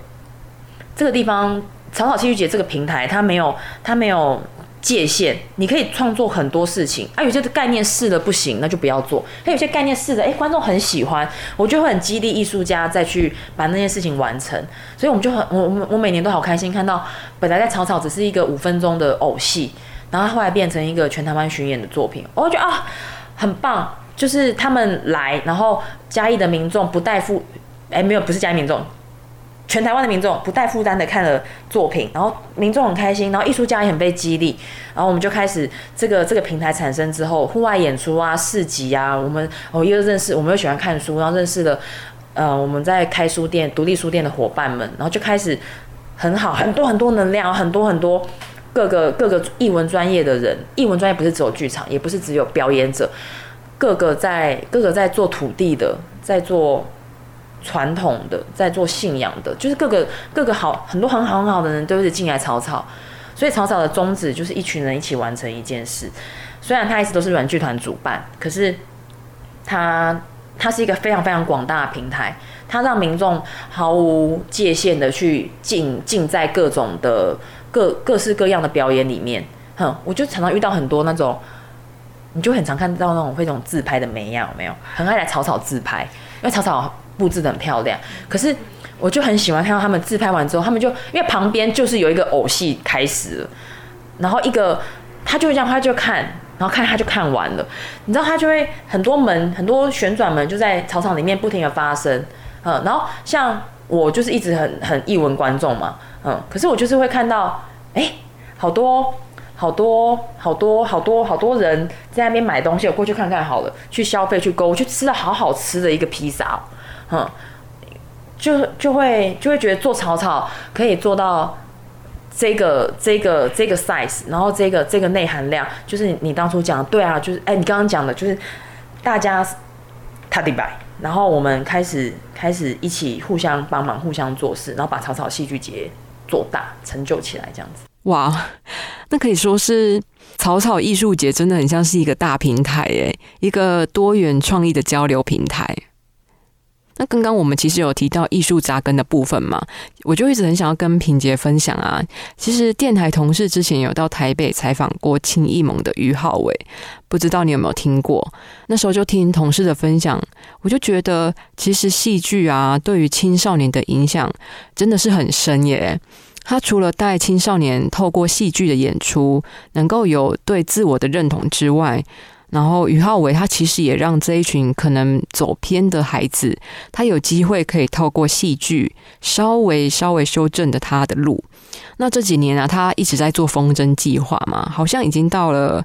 草草戏剧节这个平台，它没有界限，你可以创作很多事情有些概念试了不行，那就不要做；有些概念试了，观众很喜欢，我就会很激励艺术家再去把那件事情完成。所以我们就我每年都好开心，看到本来在草草只是一个5分钟的偶戏，然后后来变成一个全台湾巡演的作品，我觉得很棒。就是他们来，然后嘉义的民众不带没有，不是嘉义民众，全台湾的民众不带负担的看了作品，然后民众很开心，然后艺术家也很被激励，然后我们就开始这个平台产生之后，户外演出市集我们又认识，我们又喜欢看书，然后认识了我们在开书店、独立书店的伙伴们，然后就开始很好，很多能量，很多各个艺文专业的人，艺文专业不是只有剧场，也不是只有表演者。各个在做土地的，在做传统的，在做信仰的，就是各个很多很好的人都是进来草草，所以草草的宗旨就是一群人一起完成一件事。虽然它一直都是软剧团主办，可是它是一个非常非常广大的平台，它让民众毫无界限的去进在各种的各式各样的表演里面。我就常常遇到很多那种。你就很常看到那种会这种自拍的妹有没有？很爱来草草自拍，因为草草布置得很漂亮。可是我就很喜欢看到他们自拍完之后，他们就因为旁边就是有一个偶戏开始了，然后他就这样，他就看，然后他就看完了。你知道他就会很多旋转门就在草场里面不停的发生。然后像我就是一直很艺文观众嘛，可是我就是会看到，好多人在那边买东西，我过去看看好了，去消费去购物，去吃了好吃的一个披萨，就会觉得做草草可以做到这个 size， 然后这个内涵量，就是你当初讲的对啊，就是你刚刚讲的就是大家踏地摆，然后我们开始一起互相帮忙，互相做事，然后把草草戏剧节做大成就起来，这样子。 哇，那可以说是草草艺术节真的很像是一个大平台耶，一个多元创意的交流平台。那刚刚我们其实有提到艺术扎根的部分嘛，我就一直很想要跟品杰分享啊。其实电台同事之前有到台北采访过青艺盟的于浩伟，不知道你有没有听过？那时候就听同事的分享，我就觉得其实戏剧啊，对于青少年的影响真的是很深耶。他除了带青少年透过戏剧的演出能够有对自我的认同之外， 然后于浩伟他其实也让这一群可能走偏的孩子，他有机会可以透过戏剧稍微修正的他的路。那这几年啊，他一直在做风筝计划嘛，好像已经到了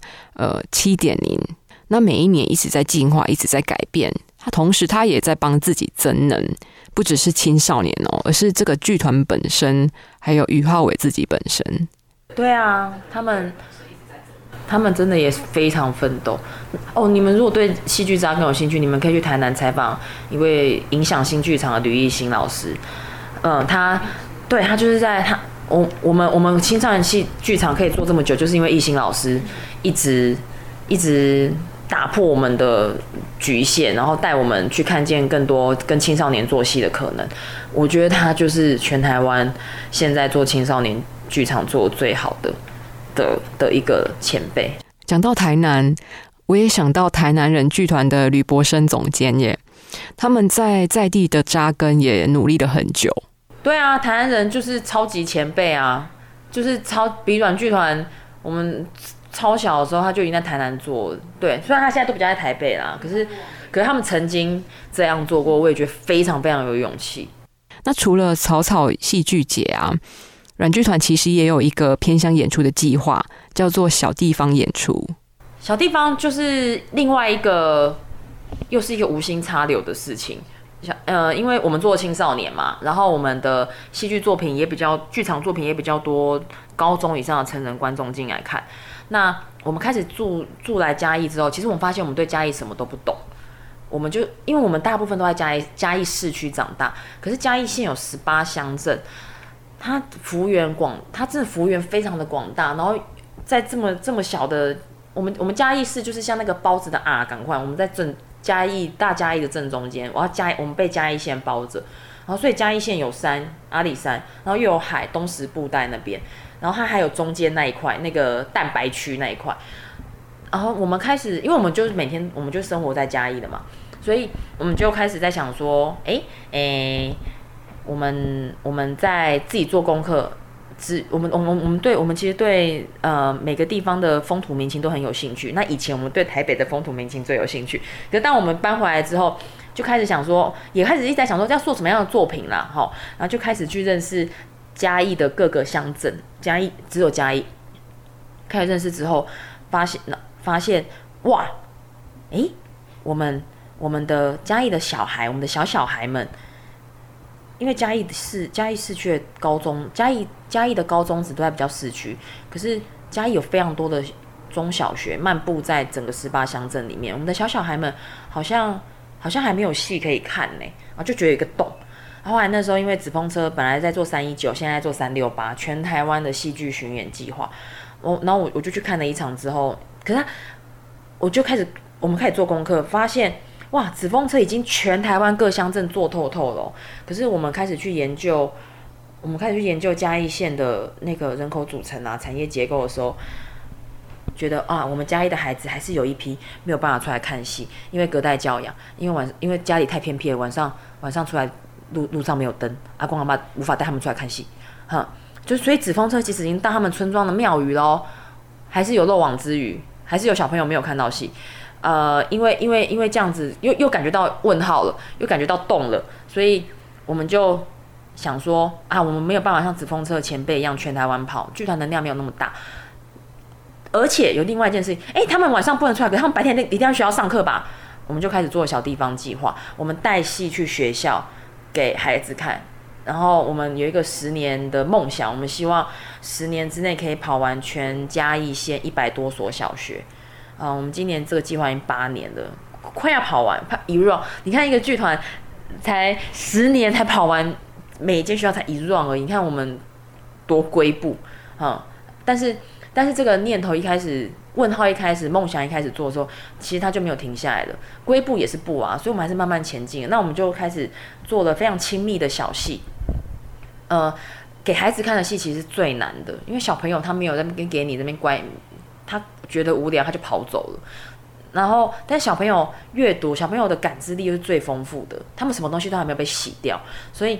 7.0。那每一年一直在进化，一直在改变。同时他也在帮自己增能，不只是青少年哦，而是这个剧团本身，还有于浩伟自己本身。 对啊，他们真的也非常奋斗哦。你们如果对戏剧扎根有兴趣，你们可以去台南采访一位影响新剧场的吕艺兴老师。他就是在我们青少年戏剧场可以做这么久，就是因为艺兴老师一直打破我们的局限，然后带我们去看见更多跟青少年做戏的可能。我觉得他就是全台湾现在做青少年剧场做得最好的一个前辈。 讲到台南，我也想到台南人剧团的吕博生总监耶，他们在地的扎根也努力了很久。 对啊，台南人就是超级前辈啊，就是比软剧团，我们超小的时候他就已经在台南做了。对，虽然他现在都比较在台北啦，可是他们曾经这样做过，我也觉得非常非常有勇气。 那除了草草戏剧节啊，软剧团其实也有一个偏乡演出的计划，叫做小地方演出。 小地方就是另外一个，又是一个无心插柳的事情。因为我们做青少年嘛，然后我们的戏剧作品也比较，剧场作品也比较多，高中以上的成人观众进来看。那我们开始住来嘉义之后，其实我们发现我们对嘉义什么都不懂。我们就因为我们大部分都在嘉义市区长大，可是嘉义县有18乡镇，它真的幅员非常的广大，然后在这么小的，我们嘉义市就是像那个包子的赶快，我们在大嘉义的正中间，我们被嘉义县包着，然后所以嘉义县有山阿里山，然后又有海东石布袋那边，然后它还有中间那一块那个蛋白区那一块，然后我们开始，因为我们就是每天我们就生活在嘉义的嘛，所以我们就开始在想说，我们在自己做功课。我们其实对每个地方的风土民情都很有兴趣。那以前我们对台北的风土民情最有兴趣，可是当我们搬回来之后，就开始想说，也开始一直在想说要做什么样的作品啦，然后就开始去认识嘉义的各个乡镇，只有嘉义，开始认识之后，发现哇，我们的嘉义的小孩，我们的小孩们。因为嘉义市区的高中，嘉义的高中职都在比较市区，可是嘉义有非常多的中小学，漫步在整个18乡镇里面。我们的小孩们好像还没有戏可以看呢，然后就觉得有一个洞。然后后来那时候因为纸风车本来在做319，现在在做368，全台湾的戏剧巡演计划。然后我就去看了一场之后，可是我们开始做功课，发现。哇，纸风车已经全台湾各乡镇做透了，可是我们开始去研究嘉义县的那个人口组成啊、产业结构的时候，觉得我们嘉义的孩子还是有一批没有办法出来看戏，因为隔代教养，因为家里太偏僻了，晚上出来路上没有灯，阿公阿嬷无法带他们出来看戏，所以纸风车其实已经到他们村庄的庙宇咯，还是有漏网之鱼，还是有小朋友没有看到戏。因为这样子又感觉到问号了，又感觉到动了，所以我们就想说我们没有办法像纸风车的前辈一样全台湾跑，剧团能量没有那么大，而且有另外一件事情，他们晚上不能出来，可是他们白天一定要学校上课吧？我们就开始做小地方计划，我们带戏去学校给孩子看，然后我们有一个10年的梦想，我们希望10年之内可以跑完全嘉义县100多所小学。我们今年这个计划已经8年了，快要跑完。一 run， 你看一个剧团才10年才跑完，每一间学校才1 run 而已。你看我们多龟步，但是这个念头一开始，问号一开始，梦想一开始做的时候，其实它就没有停下来了。龟步也是步啊，所以我们还是慢慢前进。那我们就开始做了非常亲密的小戏，给孩子看的戏其实是最难的，因为小朋友他没有在给你这边乖。他觉得无聊，他就跑走了。然后，但小朋友阅读，小朋友的感知力又是最丰富的，他们什么东西都还没有被洗掉，所以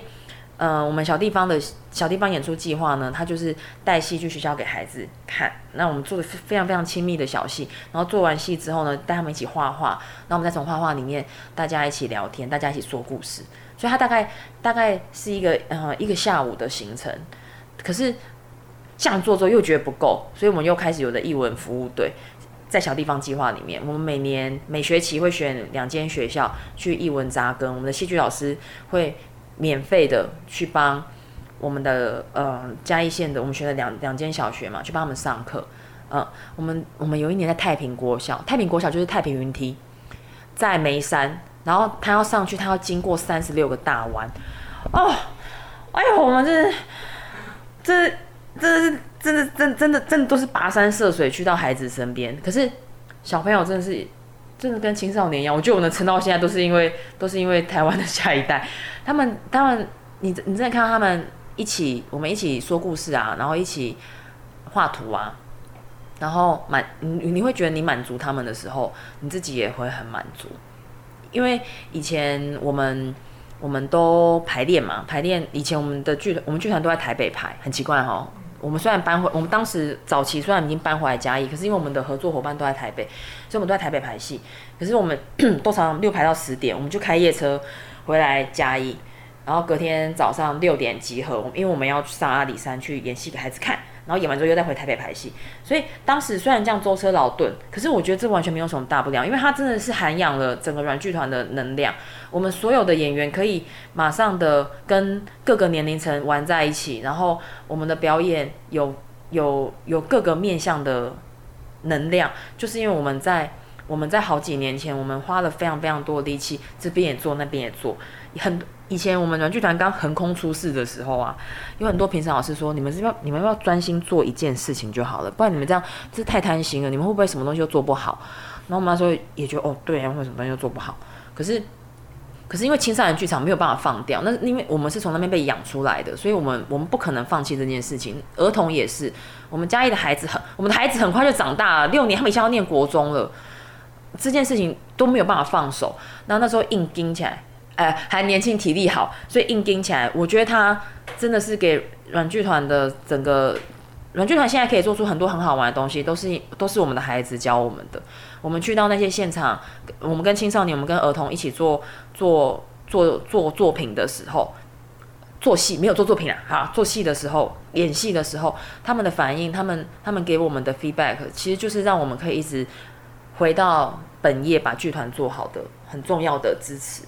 我们小地方演出计划呢，它就是带戏去学校给孩子看。那我们做的非常非常亲密的小戏，然后做完戏之后呢，带他们一起画画，然后我们再从画画里面大家一起聊天，大家一起说故事。所以它大概是一个下午的行程。可是这样做之后又觉得不够，所以我们又开始有的艺文服务队。在小地方计划里面，我们每学期会选2间学校去艺文扎根，我们的戏剧老师会免费的去帮我们的嘉义县的我们学的两间小学嘛，去帮他们上课。我们有一年在太平国小就是太平云梯，在眉山，然后他要上去，他要经过36个大弯。哦，哎呦，我们真的都是跋山涉水去到孩子身边，可是小朋友真的跟青少年一样，我觉得我能撑到现在都是因为台湾的下一代，他们你真的看到他们我们一起说故事啊，然后一起画图啊，然后你会觉得你满足他们的时候，你自己也会很满足，因为以前我们都排练嘛，以前我们剧团都在台北排，很奇怪齁。我们虽然我们当时早期虽然已经搬回来嘉义，可是因为我们的合作伙伴都在台北，所以我们都在台北排戏。可是我们都常常6排到10点，我们就开夜车回来嘉义，然后隔天早上6点集合，因为我们要上阿里山去演戏给孩子看，然后演完之后又再回台北排戏。所以当时虽然这样舟车劳顿，可是我觉得这完全没有什么大不了，因为它真的是涵养了整个软剧团的能量。我们所有的演员可以马上的跟各个年龄层玩在一起，然后我们的表演有各个面向的能量，就是因为我们在好几年前，我们花了非常非常多的力气，这边也做，那边也做。以前我们软剧团刚横空出世的时候啊，有很多评审老师说，你们要不要专心做一件事情就好了，不然你们这样这太贪心了，你们会不会什么东西都做不好？然后我们那时候也觉得，对啊，为什么东西都做不好？可是因为青少年剧场没有办法放掉，那因为我们是从那边被养出来的，所以我们不可能放弃这件事情。儿童也是，我们嘉义的孩子我们的孩子很快就长大了，6年他们已经要念国中了，这件事情都没有办法放手。然后那时候硬盯起来，还年轻体力好，所以硬盯起来，我觉得他真的是给软剧团的整个。软剧团现在可以做出很多很好玩的东西，都是我们的孩子教我们的。我们去到那些现场，我们跟青少年，我们跟儿童一起做作品的时候，做戏没有做作品啊，做戏的时候，演戏的时候，他们的反应，他们给我们的 feedback， 其实就是让我们可以一直回到本业，把剧团做好的很重要的支持。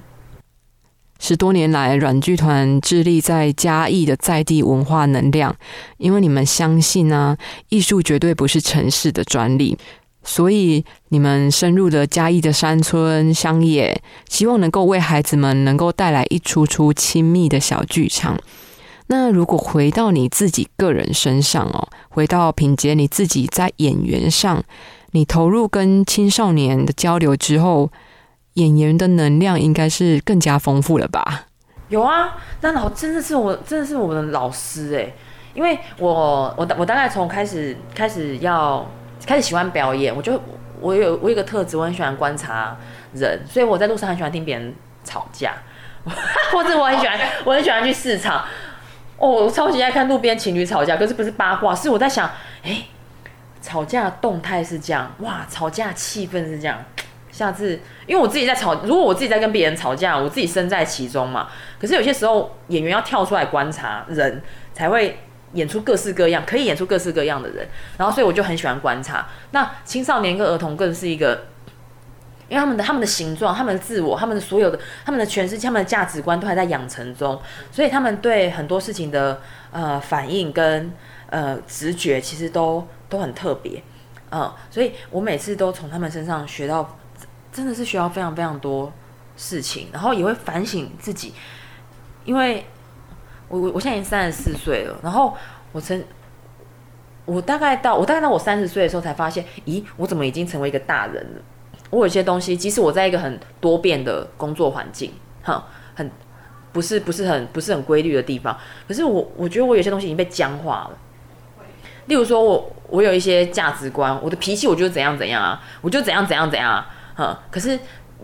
10多年来，软剧团致力在嘉义的在地文化能量，因为你们相信啊，艺术绝对不是城市的专利，所以你们深入了嘉义的山村乡野，希望能够为孩子们能够带来一出亲密的小剧场。那如果回到你自己个人身上回到品杰你自己在演员上，你投入跟青少年的交流之后，演员的能量应该是更加丰富了吧？ 有啊，那真的是我们的老师因为我大概从开始喜欢表演，我有一个特质，我很喜欢观察人，所以我在路上很喜欢听别人吵架，或者我很喜欢去市场。我超级爱看路边情侣吵架，可是不是八卦，是我在想，吵架动态是这样，哇，吵架气氛是这样。下次，因为我自己在如果我自己在跟别人吵架，我自己身在其中嘛。可是有些时候，演员要跳出来观察人，才会演出各式各样，可以演出各式各样的人。然后，所以我就很喜欢观察。那青少年跟儿童更是一个，因为他们的形状、他们的自我、他们的所有的、他们的全世界、他们的价值观都还在养成中，所以他们对很多事情的反应跟直觉其实都很特别。所以我每次都从他们身上学到。真的是学到非常非常多事情，然后也会反省自己，因为我现在已经34岁了，然后我大概到我30岁的时候才发现，我怎么已经成为一个大人了？我有些东西，即使我在一个很多变的工作环境，很不是很规律的地方，可是我觉得我有些东西已经被僵化了。例如说我有一些价值观，我的脾气我就怎样怎样啊，我就怎样怎样怎样啊。可是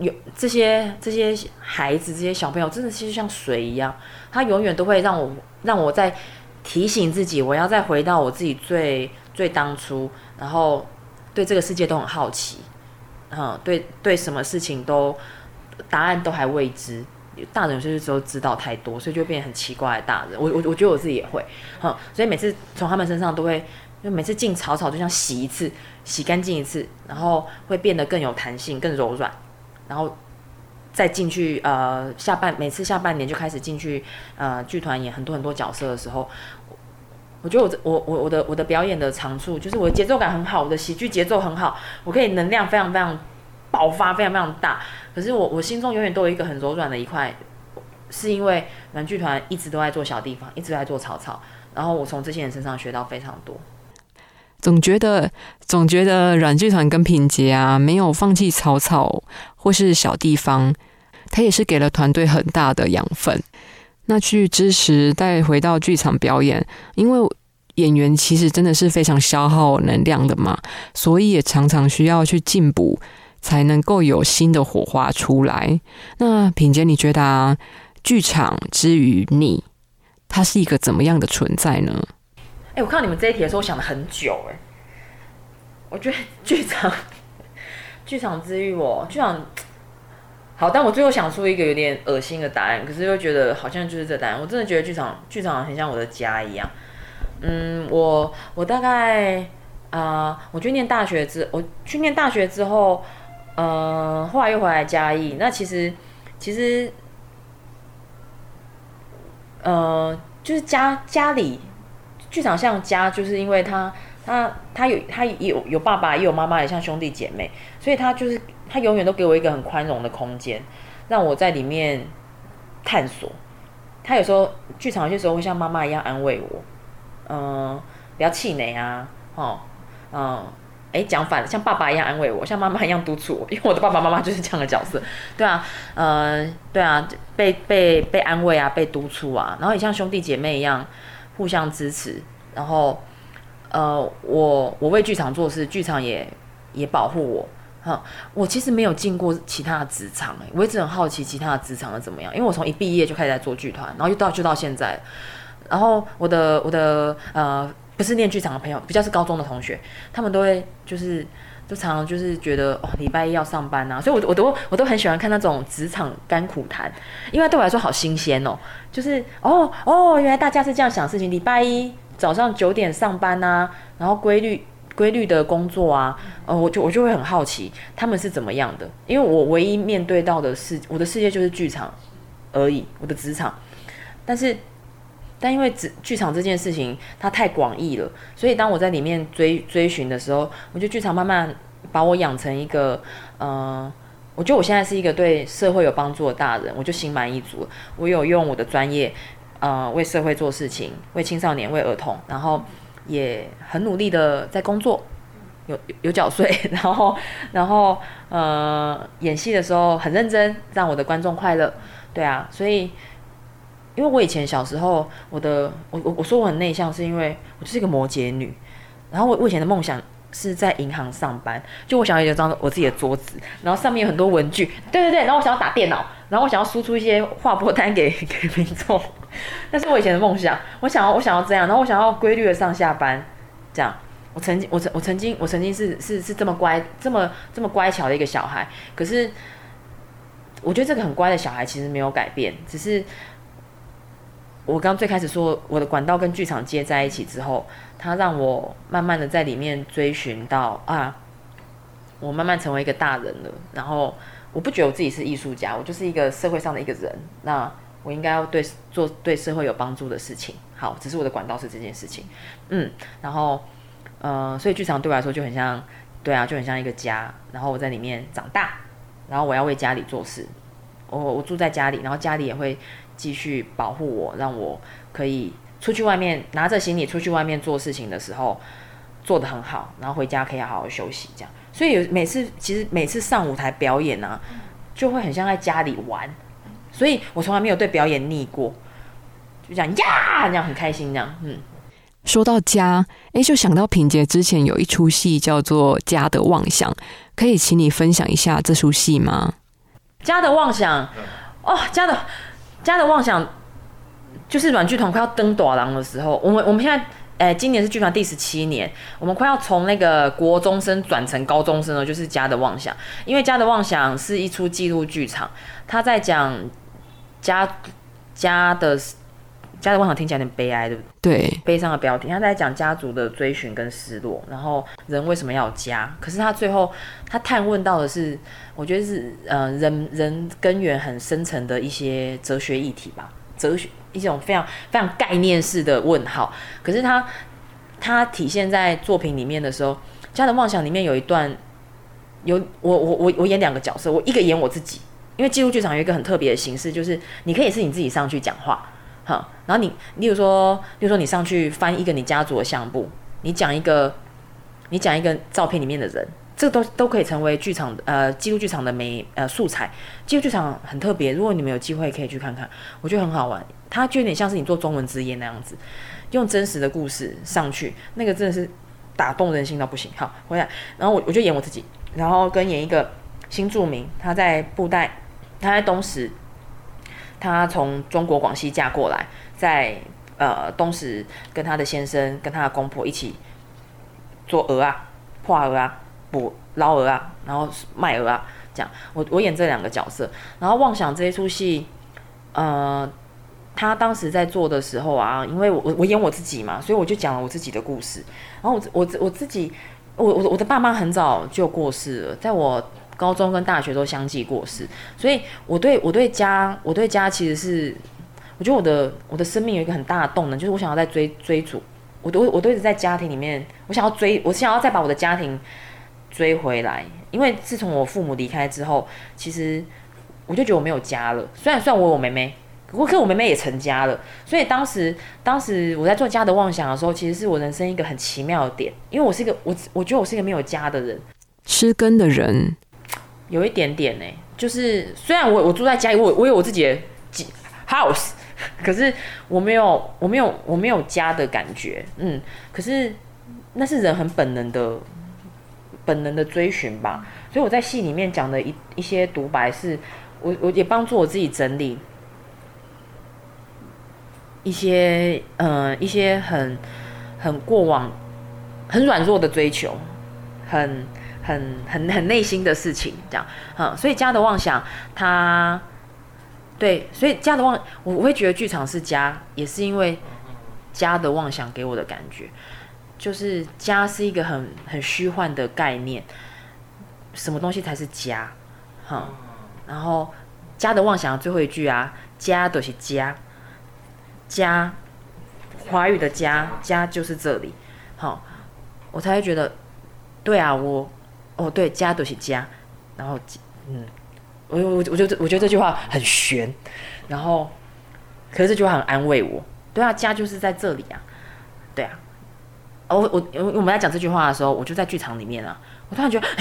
有这些孩子这些小朋友真的是像水一样，他永远都会让我在提醒自己，我要再回到我自己最当初，然后对这个世界都很好奇，对什么事情都答案都还未知。大人有些时候知道太多，所以就变得很奇怪的大人。我觉得我自己也会，所以每次从他们身上都会，就每次进草就像洗一次，洗干净一次，然后会变得更有弹性、更柔软，然后再进去每次下半年就开始进去剧团演很多角色的时候，我觉得我的表演的长处就是我的节奏感很好，我的喜剧节奏很好，我可以能量非常非常爆发，非常非常大。可是我心中永远都有一个很柔软的一块，是因为软剧团一直都在做小地方，一直都在做草，然后我从这些人身上学到非常多。 总觉得软剧团跟品杰啊，没有放弃草或是小地方，他也是给了团队很大的养分。那去支持带回到剧场表演，因为演员其实真的是非常消耗能量的嘛，所以也常常需要去进补，才能够有新的火花出来。那品杰，你觉得剧场之于你，它是一个怎么样的存在呢？ 我看到你们这一题的时候，我想了很久。我觉得剧场之于我，剧场好，但我最后想出一个有点恶心的答案，可是又觉得好像就是这答案。我真的觉得剧场很像我的家一样。我大概我去念大学之后，后来又回来嘉义。那其实就是家里剧场像家，就是因为他有爸爸也有妈妈，也像兄弟姐妹，所以他永远都给我一个很宽容的空间，让我在里面探索。他有时候剧场有些时候会像妈妈一样安慰我，不要气馁啊，讲反了，像爸爸一样安慰我，像妈妈一样督促我，因为我的爸爸妈妈就是这样的角色，对啊，被安慰啊，被督促啊，然后也像兄弟姐妹一样互相支持，然后我为剧场做事，剧场也保护我。我其实没有进过其他的职场，我一直很好奇其他的职场是怎么样，因为我从一毕业就开始在做剧团，然后就到现在。然后我的不是念剧场的朋友，比较是高中的同学，他们都会都常常就是觉得礼拜一要上班啊，所以我都很喜欢看那种职场甘苦谈，因为对我来说好新鲜哦，就是原来大家是这样想事情，礼拜一早上9点上班啊，然后规律的工作啊，我就会很好奇他们是怎么样的，因为我唯一面对到的是我的世界就是剧场而已，我的职场，但因为剧场这件事情它太广义了，所以当我在里面追寻的时候，我觉得剧场慢慢把我养成一个我觉得我现在是一个对社会有帮助的大人，我就心满意足了。我有用我的专业为社会做事情，为青少年，为儿童，然后也很努力的在工作，有缴税，然后演戏的时候很认真，让我的观众快乐，对啊，所以。因为我以前小时候，我说我很内向，是因为我就是一个摩羯女。然后我以前的梦想是在银行上班，就我想要有一张我自己的桌子，然后上面有很多文具，对，然后我想要打电脑，然后我想要输出一些划拨单给民众。那是我以前的梦想，我想要这样，然后我想要规律的上下班，这样。我曾经是这么乖，这么乖巧的一个小孩。可是我觉得这个很乖的小孩其实没有改变，只是。我刚最开始说我的管道跟剧场接在一起之后，它让我慢慢的在里面追寻到我慢慢成为一个大人了。然后我不觉得我自己是艺术家，我就是一个社会上的一个人。那我应该要做对社会有帮助的事情。好，只是我的管道是这件事情。然后所以剧场对我来说就很像，对啊，就很像一个家。然后我在里面长大，然后我要为家里做事。我住在家里，然后家里也会继续保护我，让我可以出去外面拿着行李出去外面做事情的时候做得很好，然后回家可以好好休息这样。所以其实每次上舞台表演啊，就会很像在家里玩，所以我从来没有对表演腻过，就这样呀，这样很开心这样。 说到家，就想到品杰之前有一出戏叫做《家的妄想》，可以请你分享一下这出戏吗？ 家的妄想，哦，家的妄想，就是软剧团快要登大人的时候，我们现在，今年是剧团第17年，我们快要从那个国中生转成高中生了，就是家的妄想。因为家的妄想是一出纪录剧场，他在讲家的妄想听起来有点悲哀，对不对？ 对， 悲伤的标题，他在讲家族的追寻跟失落，然后人为什么要有家？可是他最后他探问到的是，我觉得是人根源很深层的一些哲学议题吧，哲学一种非常非常概念式的问号。可是他体现在作品里面的时候，家的妄想里面有一段，我演2个角色，我一个演我自己，因为纪录剧场有一个很特别的形式，就是你可以是你自己上去讲话。然后例如说你上去翻一个你家族的相簿，你讲一个照片里面的人，这个都可以成为纪录剧场的素材。纪录剧场很特别，如果你们有机会可以去看看，我觉得很好玩。它就有点像是你做中文之夜那样子，用真实的故事上去，那个真的是打动人心到不行。好，回来，然后我就演我自己，然后跟演一个新住民，他在布袋，他在东石。她从中国广西嫁过来，在东石跟她的先生跟她的公婆一起做鹅啊、破鹅啊、捞鹅啊，然后卖鹅啊，这样。我演这2个角色，然后妄想这一出戏，她当时在做的时候啊，因为我演我自己嘛，所以我就讲了我自己的故事。然后我自己，我的爸妈很早就过世了，在我高中跟大学都相继过世，所以我对家其实是，我觉得我的生命有一个很大的动能，就是我想要在追逐，我都一直在家庭里面，我想要再把我的家庭追回来，因为自从我父母离开之后，其实我就觉得我没有家了。虽然我有妹妹，可是我妹妹也成家了，所以当时我在做家的妄想的时候，其实是我人生一个很奇妙的点，因为我觉得我是一个没有家的人， 失根的人。 有一点点呢，就是虽然我住在家里，我有我自己的 house， 可是我没有家的感觉，可是那是人很本能的追寻吧。所以我在戏里面讲的一些独白是，我也帮助我自己整理一些很过往很软弱的追求，很内心的事情，这样，所以家的妄想，所以家的我会觉得剧场是家，也是因为家的妄想给我的感觉，就是家是一个很虚幻的概念，什么东西才是家，然后家的妄想最后一句啊，家都是家，华语的家就是这里，我才会觉得，对啊，对，家都是家，然后，我觉得这句话很玄，然后，可是这句话很安慰我，对啊，家就是在这里啊，对啊，我们在讲这句话的时候，我就在剧场里面啊，我突然觉得，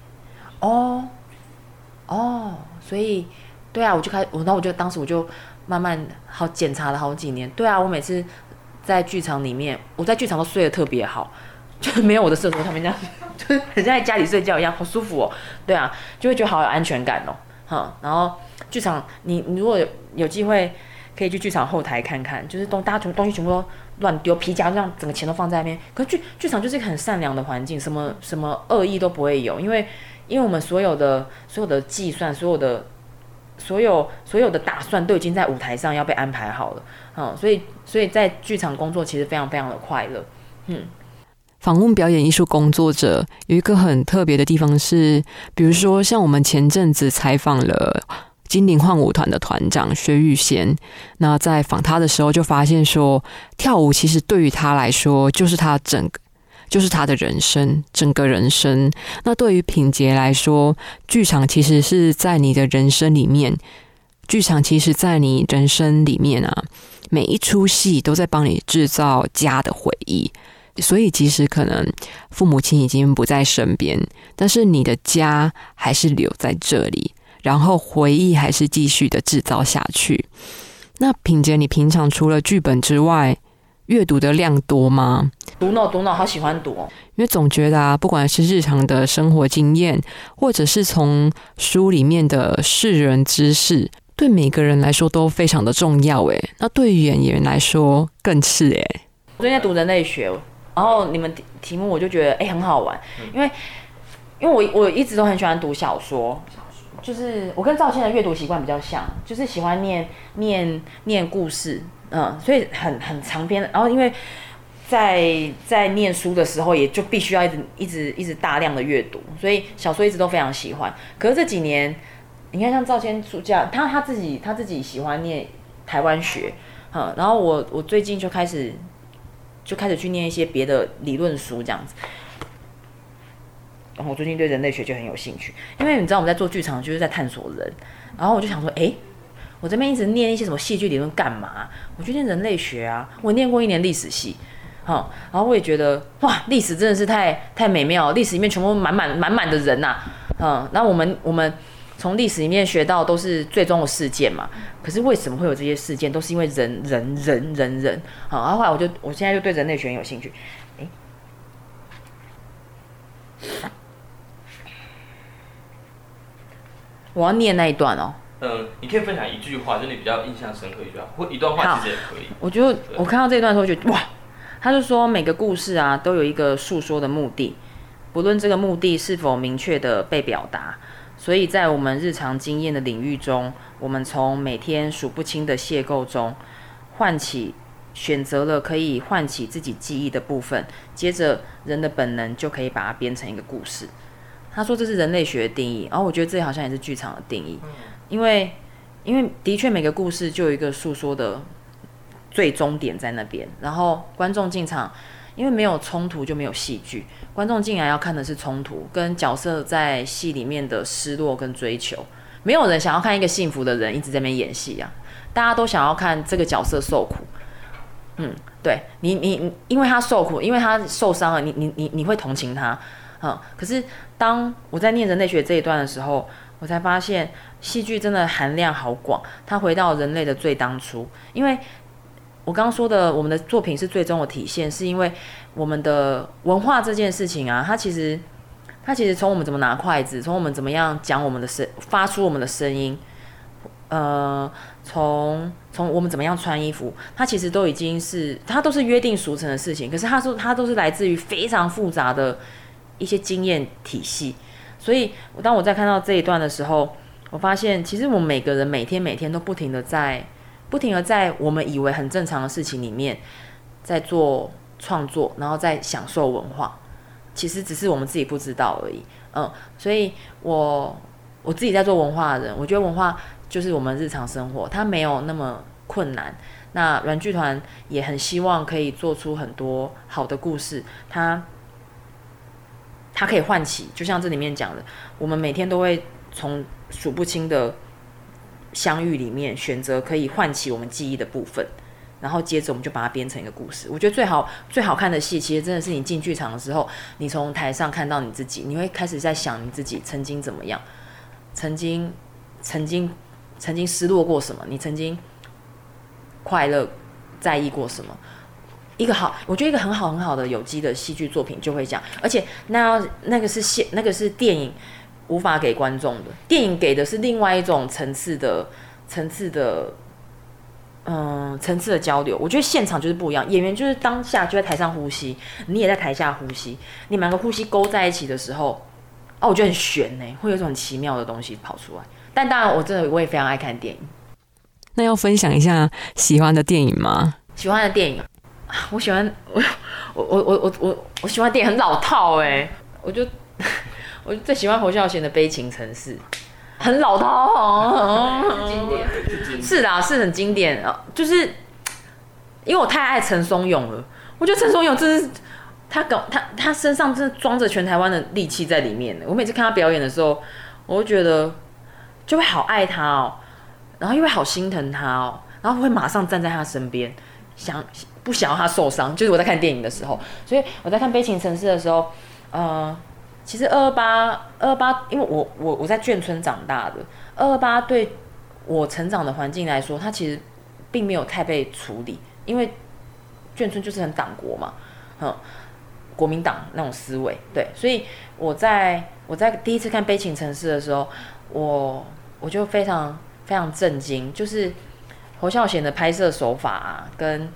所以，对啊，然后我就当时我就慢慢检查了好几年，对啊，我每次在剧场里面，我在剧场都睡得特别好。就是没有我的射手他们这样，就是很像在家里睡觉一样，好舒服哦。对啊，就会觉得好有安全感哦。然后剧场，你如果有机会可以去剧场后台看看，就是大家东西全部都乱丢，皮夹这样整个钱都放在那边。可是剧场就是一个很善良的环境，什么恶意都不会有，因为我们所有的计算，所有的打算都已经在舞台上要被安排好了。所以在剧场工作其实非常非常的快乐。 访问表演艺术工作者有一个很特别的地方是，比如说像我们前阵子采访了精灵幻舞团的团长薛玉贤，那在访他的时候就发现说，跳舞其实对于他来说就是他的人生，整个人生。那对于品杰来说，剧场其实是在你的人生里面，剧场其实在你人生里面啊，每一出戏都在帮你制造家的回忆。所以即使可能父母亲已经不在身边，但是你的家还是留在这里，然后回忆还是继续的制造下去。那品杰，你平常除了剧本之外， 阅读的量多吗？ 读脑，好喜欢读哦。 因为总觉得啊，不管是日常的生活经验，或者是从书里面的世人知识，对每个人来说都非常的重要诶。那对于演员来说更是诶。 我最近在读人类学，然后你们题目我就觉得很好玩，因为我一直都很喜欢读小说，就是我跟赵倩的阅读习惯比较像，就是喜欢念故事，所以很长篇，然后因为在念书的时候，也就必须要一直大量的阅读，所以小说一直都非常喜欢。可是这几年，你看像赵谦暑假，他自己喜欢念台湾学，然后我最近就开始去念一些别的理论书这样子。然后我最近对人类学就很有兴趣，因为你知道我们在做剧场就是在探索人，然后我就想说，我这边一直念一些什么戏剧理论干嘛？我去念人类学啊，我念过1年历史系。然后我也觉得哇，历史真的是太美妙了，历史里面全部满满的人呐，然后我们从历史里面学到都是最终的事件嘛，可是为什么会有这些事件，都是因为人，然后后来我现在就对人类学很有兴趣，我要念那一段哦。 你可以分享一句话，就你比较印象深刻一句话，或一段话其实也可以。 我看到这段的时候，觉得哇。他就说每个故事啊都有一个诉说的目的，不论这个目的是否明确的被表达，所以在我们日常经验的领域中，我们从每天数不清的邂逅中选择了可以唤起自己记忆的部分，接着人的本能就可以把它编成一个故事。他说这是人类学的定义，然后我觉得这好像也是剧场的定义，因为的确每个故事就有一个诉说的最终点在那边，然后观众进场，因为没有冲突就没有戏剧，观众进来要看的是冲突跟角色在戏里面的失落跟追求，没有人想要看一个幸福的人一直在那边演戏啊，大家都想要看这个角色受苦，对你因为他受苦，因为他受伤了，你会同情他，可是当我在念人类学这一段的时候，我才发现戏剧真的含量好广，它回到人类的最当初，因为我刚刚说的，我们的作品是最终的体现，是因为我们的文化这件事情啊，它其实从我们怎么拿筷子，从我们怎么样讲我们的发出我们的声音，从我们怎么样穿衣服，它其实都已经是，它都是约定俗成的事情。可是它都是来自于非常复杂的一些经验体系。所以当我在看到这一段的时候，我发现其实我们每个人每天都不停的在我们以为很正常的事情里面，在做创作，然后在享受文化，其实只是我们自己不知道而已。所以我自己在做文化的人，我觉得文化就是我们日常生活，它没有那么困难。那软剧团也很希望可以做出很多好的故事，它可以唤起，就像这里面讲的，我们每天都会从数不清的相遇里面选择可以唤起我们记忆的部分，然后接着我们就把它编成一个故事。我觉得最好看的戏，其实真的是你进剧场的时候，你从台上看到你自己，你会开始在想你自己曾经怎么样，曾经失落过什么，你曾经快乐在意过什么。我觉得一个很好的有机的戏剧作品就会讲，而且那个是电影无法给观众的，电影给的是另外一种层次的交流。我觉得现场就是不一样，演员就是当下就在台上呼吸，你也在台下呼吸，你们两个呼吸勾在一起的时候，我觉得很悬欸，会有一种很奇妙的东西跑出来。但当然，我也非常爱看电影。 那要分享一下喜欢的电影吗？ 喜欢的电影，我喜欢我喜欢电影很老套欸，我最喜欢侯孝贤的《悲情城市》，很老套， 经典， 是啦，是很经典，就是因为我太爱陈松勇了，我觉得陈松勇真是他身上真的装着全台湾的力气在里面。我每次看他表演的时候，我就觉得就会好爱他哦，然后又会好心疼他哦，然后会马上站在他身边，不想要他受伤。就是我在看电影的时候，所以我在看《悲情城市》的时候，其实228，因为我在眷村长大的，228对我成长的环境来说，它其实并没有太被处理，因为眷村就是很党国嘛，国民党那种思维，对，所以我在第一次看《悲情城市》的时候，我就非常非常震惊，就是侯孝贤的拍摄手法啊，跟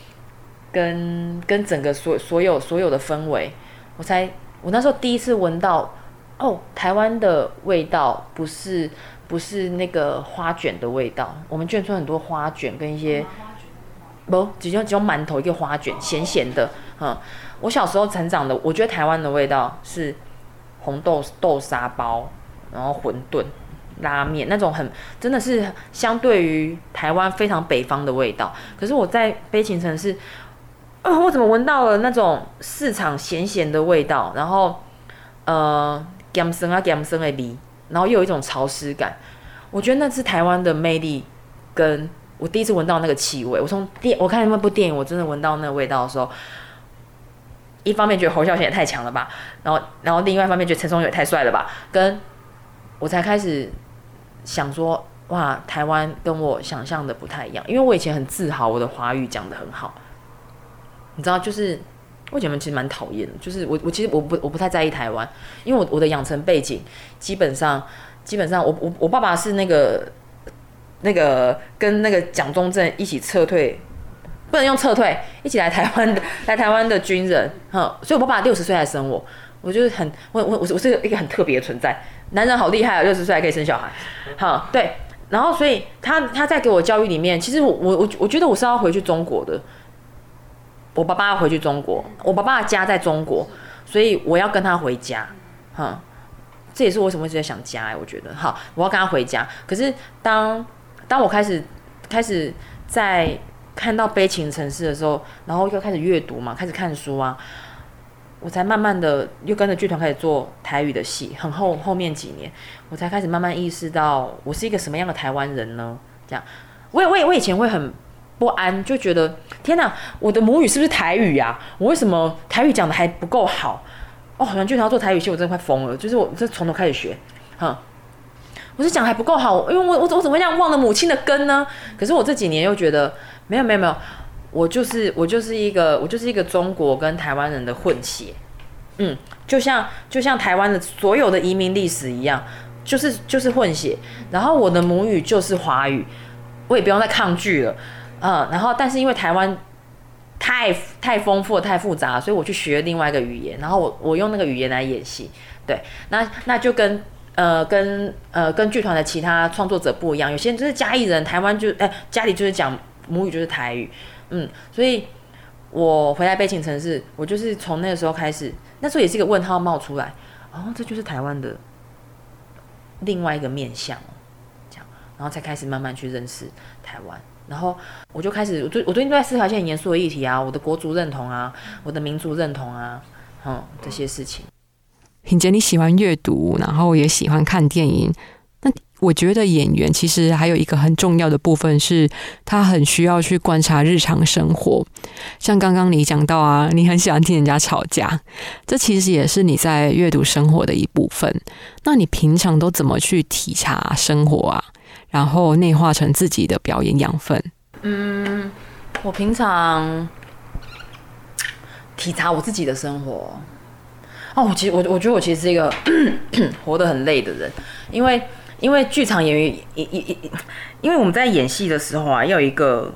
整个所有的氛围，我那时候第一次闻到，台湾的味道不是那个花卷的味道，我们眷村很多花卷跟一些。只用馒头一个花卷，咸咸的。我小时候成长的，我觉得台湾的味道是红豆沙包，然后馄饨、拉面那种真的是相对于台湾非常北方的味道。可是我在悲情城市，我怎么闻到了那种市场咸咸的味道，然后咸酸的味，然后又有一种潮湿感。我觉得那是台湾的魅力跟。我第一次闻到那个气味，我看那部电影，我真的闻到那个味道的时候，一方面觉得侯孝贤也太强了吧，然后另外一方面觉得陈松勇也太帅了吧，我才开始想说，哇，台湾跟我想象的不太一样，因为我以前很自豪我的华语讲得很好，你知道，就是我以前其实蛮讨厌的，就是我其实我不太在意台湾，因为我的养成背景基本上我爸爸是那个跟那个蒋中正一起撤退，不能用撤退，一起来台湾的军人，所以我爸爸60岁才生我，我就是我是一个很特别的存在，男人好厉害啊，60岁还可以生小孩，对，然后所以他在给我教育里面，其实我觉得我是要回去中国的，我爸爸要回去中国，我爸爸的家在中国，所以我要跟他回家，这也是我为什么一直在想家，我觉得好，我要跟他回家，可是当我开始在看到悲情城市的时候，然后又开始阅读嘛，开始看书啊，我才慢慢的又跟着剧团开始做台语的戏，很后面几年，我才开始慢慢意识到我是一个什么样的台湾人呢？这样，我以前会很不安，就觉得天哪，我的母语是不是台语啊？我为什么台语讲的还不够好？好像剧团要做台语戏，我真的快疯了，就是我这从头开始学，我是讲还不够好，因为我怎么会这样忘了母亲的根呢？可是我这几年又觉得没有，我就是一个中国跟台湾人的混血，就像台湾的所有的移民历史一样，就是混血。然后我的母语就是华语，我也不用再抗拒了，然后但是因为台湾太丰富太复杂，所以我去学另外一个语言，然后我用那个语言来演戏，对，那就跟剧团的其他创作者不一样，有些人就是嘉义人，台湾家里就是讲母语就是台语，所以我回来悲情城市，我就是从那个时候开始，那时候也是一个问号冒出来，这就是台湾的另外一个面向，这样，然后才开始慢慢去认识台湾，然后我就开始，我最近都在思考一些很严肃的议题啊，我的国族认同啊，我的民族认同啊，这些事情。 品杰，你喜欢阅读，然后也喜欢看电影。那我觉得演员其实还有一个很重要的部分是，他很需要去观察日常生活。像刚刚你讲到啊，你很喜欢听人家吵架，这其实也是你在阅读生活的一部分。那你平常都怎么去体察生活啊？然后内化成自己的表演养分？ 我平常体察我自己的生活。我觉得我其实是一个活得很累的人，因为剧场演员，因为我们在演戏的时候啊，要有一个，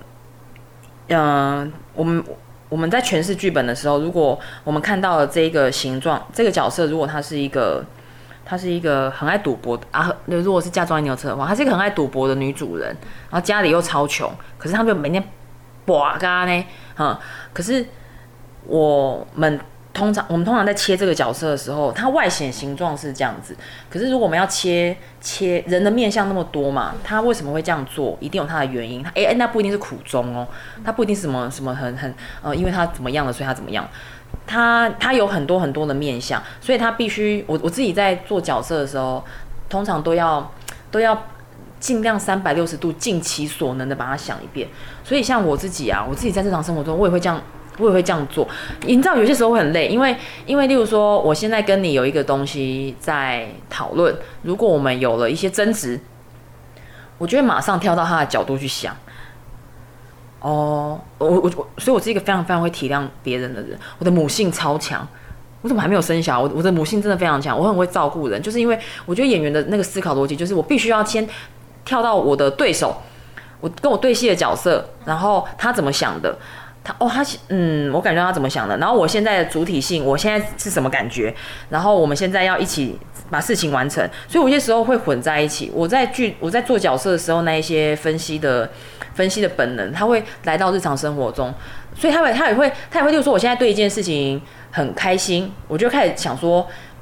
我们在诠释剧本的时候，如果我们看到了这个形状，这个角色如果他是一个很爱赌博的啊，如果是嫁妆牛车的话，她是一个很爱赌博的女主人，然后家里又超穷，可是她就每天拔嘎呢，可是我们通常在切这个角色的时候，它外显形状是这样子，可是如果我们要切人的面相那么多嘛，他为什么会这样做？一定有他的原因。那不一定是苦衷哦，他不一定是什么很因为他怎么样了，所以他怎么样。他有很多很多的面相，所以他必须我自己在做角色的时候，通常都要尽量360度尽其所能的把它想一遍。所以像我自己在日常生活中，我也会这样做，你知道有些时候会很累，因为例如说，我现在跟你有一个东西在讨论，如果我们有了一些争执，我就会马上跳到他的角度去想， 所以我是一个非常非常会体谅别人的人，我的母性超强。我怎么还没有生小孩？我的母性真的非常强，我很会照顾人，就是因为我觉得演员的那个思考逻辑，就是我必须要先跳到我的对手，我跟我对戏的角色，然后他怎么想的，我感觉他怎么想的，然后我现在的主体性，我现在是什么感觉，然后我们现在要一起把事情完成，所以我有些时候会混在一起。我在做角色的时候，那一些分析的本能，他会来到日常生活中，所以他也会，例如说，我现在对一件事情很开心，我就开始想说，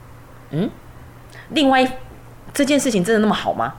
另外这件事情真的那么好吗？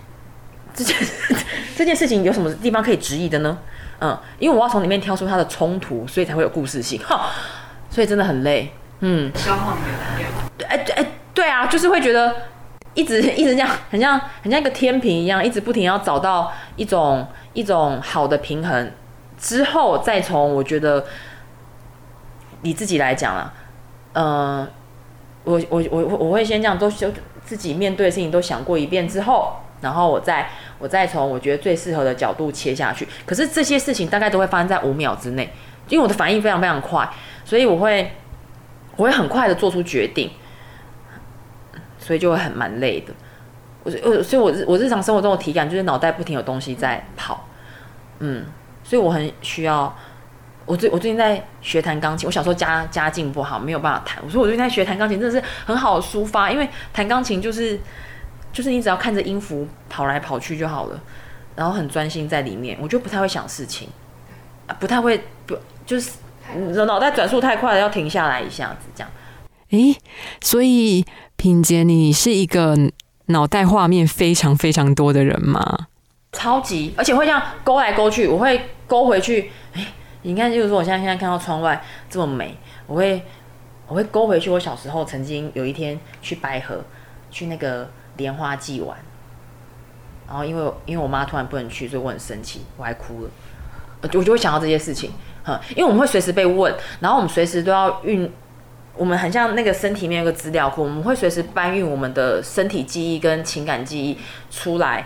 这件事情有什么地方可以质疑的呢？因为我要从里面挑出它的冲突，所以才会有故事性。所以真的很累。 消耗你的能量。 对啊，就是会觉得一直这样，很像一个天平一样，一直不停要找到一种好的平衡，之后再从我觉得你自己来讲啦，我会先这样都自己面对的事情都想过一遍之后，然后我再从我觉得最适合的角度切下去。可是这些事情大概都会发生在5秒之内，因为我的反应非常非常快，所以我会很快的做出决定，所以就会蛮累的。所以我日常生活中的体感就是脑袋不停有东西在跑，所以我很需要。我最近在学弹钢琴，我小时候家境不好，没有办法弹，所以我最近在学弹钢琴，真的是很好的抒发。因为弹钢琴就是你只要看着音符跑来跑去就好了，然后很专心在里面，我就不太会想事情，不太会就是脑袋转速太快了，要停下来一下子这样。 所以品杰，你是一个脑袋画面非常非常多的人吗？ 超级，而且会这样勾来勾去，我会勾回去。你看，就是说我现在看到窗外这么美，我会勾回去。我小时候曾经有一天去白河，去那个莲花季玩，然后因为我妈突然不能去，所以我很生气，我还哭了。我就会想到这些事情，因为我们会随时被问，然后我们随时都要我们很像那个身体里面有个资料库，我们会随时搬运我们的身体记忆跟情感记忆出来，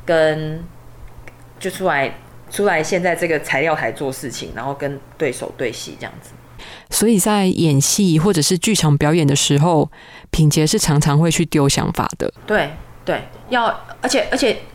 出来现在这个材料台做事情，然后跟对手对戏这样子。 所以在演戏或者是剧场表演的时候，品杰是常常会去丢想法的。 对，而且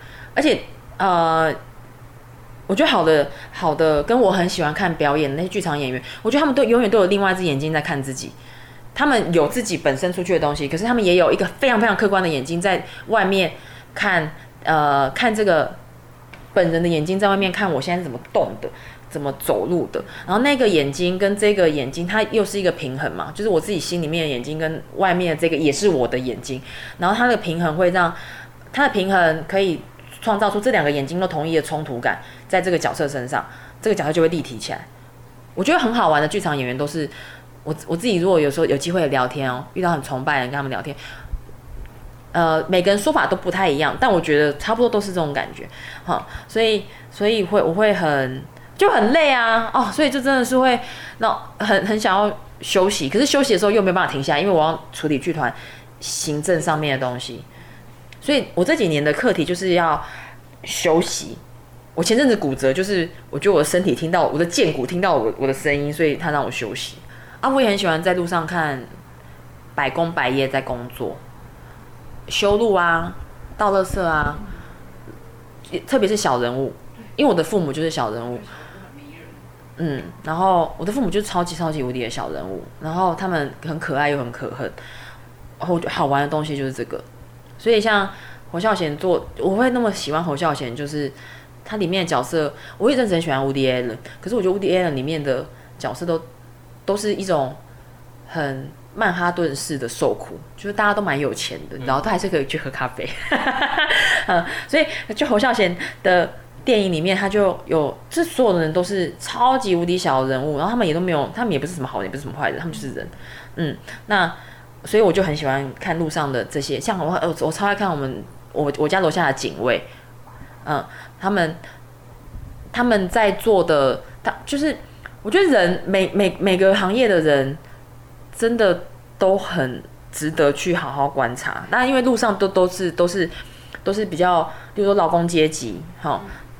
我觉得好的，跟我很喜欢看表演的那些剧场演员，我觉得他们都永远都有另外一只眼睛在看自己。他们有自己本身出去的东西，可是他们也有一个非常非常客观的眼睛在外面看这个本人的眼睛在外面看我现在是怎么动的，怎么走路的。然后那个眼睛跟这个眼睛，它又是一个平衡嘛，就是我自己心里面的眼睛跟外面的这个也是我的眼睛。然后它的平衡会让它的平衡可以创造出这两个眼睛都同一的冲突感，在这个角色身上，这个角色就会立体起来。我觉得很好玩的剧场演员都是我自己，如果有时候有机会聊天遇到很崇拜的人跟他们聊天，每个人说法都不太一样，但我觉得差不多都是这种感觉，所以我会就很累啊，所以就真的是会很想要休息，可是休息的时候又没有办法停下来，因为我要处理剧团行政上面的东西，所以我这几年的课题就是要休息。我前阵子骨折，就是我觉得我的身体听到我的剑骨听到我的声音，所以他让我休息。我也很喜欢在路上看百工百业在工作，修路啊，倒垃圾啊，特别是小人物，因为我的父母就是小人物，然后我的父母就是超级超级无敌的小人物，然后他们很可爱又很可恨，然后好玩的东西就是这个，所以像侯孝贤我会那么喜欢侯孝贤，就是他里面的角色，我一阵子很喜欢 Woody Allen， 可是我觉得 Woody Allen 里面的角色都是一种很曼哈顿式的受苦，就是大家都蛮有钱的，然后他还是可以去喝咖啡，所以就侯孝贤的电影里面，他就有，这所有的人都是超级无敌小的人物，然后他们也不是什么好人，也不是什么坏人，他们就是人，那所以我就很喜欢看路上的这些，像我超爱看我家楼下的警卫，他们在做的，就是我觉得人每个行业的人真的都很值得去好好观察。那因为路上都是比较，例如说劳工阶级，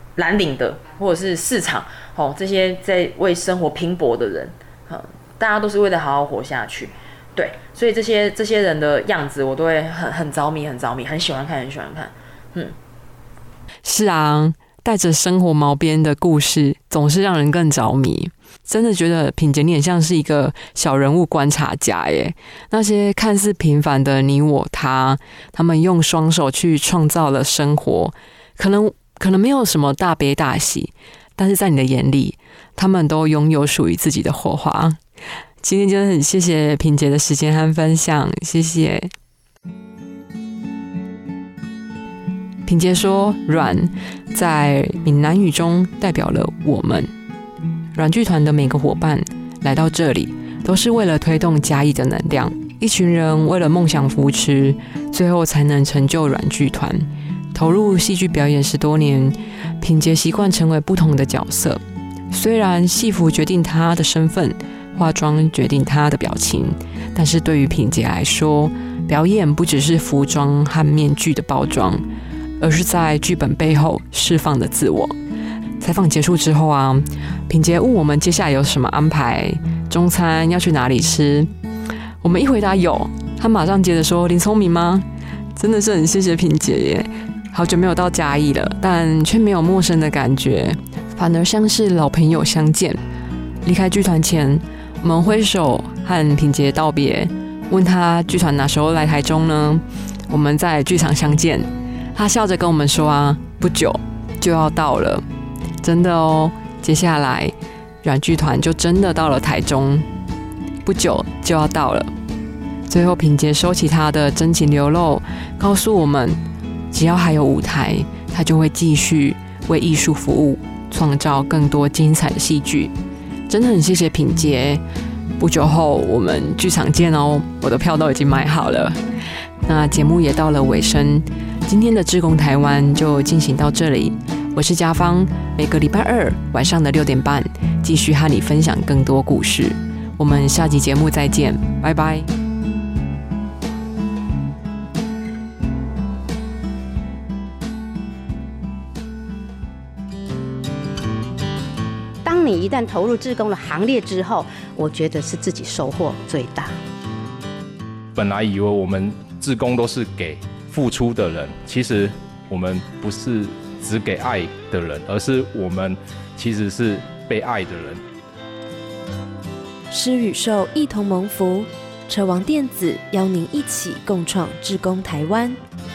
蓝领的或者是市场这些在为生活拼搏的人，大家都是为了好好活下去。对，所以这些人的样子，我都会很着迷，很喜欢看。 是啊，带着生活毛边的故事，总是让人更着迷。真的觉得品杰你很像是一个小人物观察家耶。那些看似平凡的你我他们用双手去创造了生活，可能没有什么大悲大喜，但是在你的眼里，他们都拥有属于自己的火花。今天真的很谢谢品杰的时间和分享，谢谢。品杰说，阮在闽南语中代表了我们。阮剧团的每个伙伴来到这里，都是为了推动嘉义的能量。一群人为了梦想扶持，最后才能成就阮剧团。投入戏剧表演10多年，品杰习惯成为不同的角色。虽然戏服决定他的身份，化妆决定他的表情，但是对于品杰来说，表演不只是服装和面具的包装，而是在剧本背后释放的自我。采访结束之后啊，品杰问我们接下来有什么安排，中餐要去哪里吃。我们一回答有，他马上接着说：“林聪明吗？”真的是很谢谢品杰耶，好久没有到嘉义了，但却没有陌生的感觉，反而像是老朋友相见。离开剧团前，我们挥手和品杰道别，问他剧团哪时候来台中呢？我们在剧场相见，他笑着跟我们说啊，不久就要到了，真的哦。接下来阮剧团就真的到了台中，不久就要到了。最后品杰收起他的真情流露，告诉我们，只要还有舞台，他就会继续为艺术服务，创造更多精彩的戏剧。真的很谢谢品杰。不久后我们剧场见哦，我的票都已经买好了。那节目也到了尾声，今天的志工台湾就进行到这里。我是家芳，每个礼拜2晚上的6点半，继续和你分享更多故事。我们下集节目再见，拜拜。 当你一旦投入志工的行列之后，我觉得是自己收获最大。 本来以为我们志工都是给付出的人，其实我们不是只给爱的人，而是我们其实是被爱的人。 施与受一同蒙福，车王电子邀您一起共创志工台湾。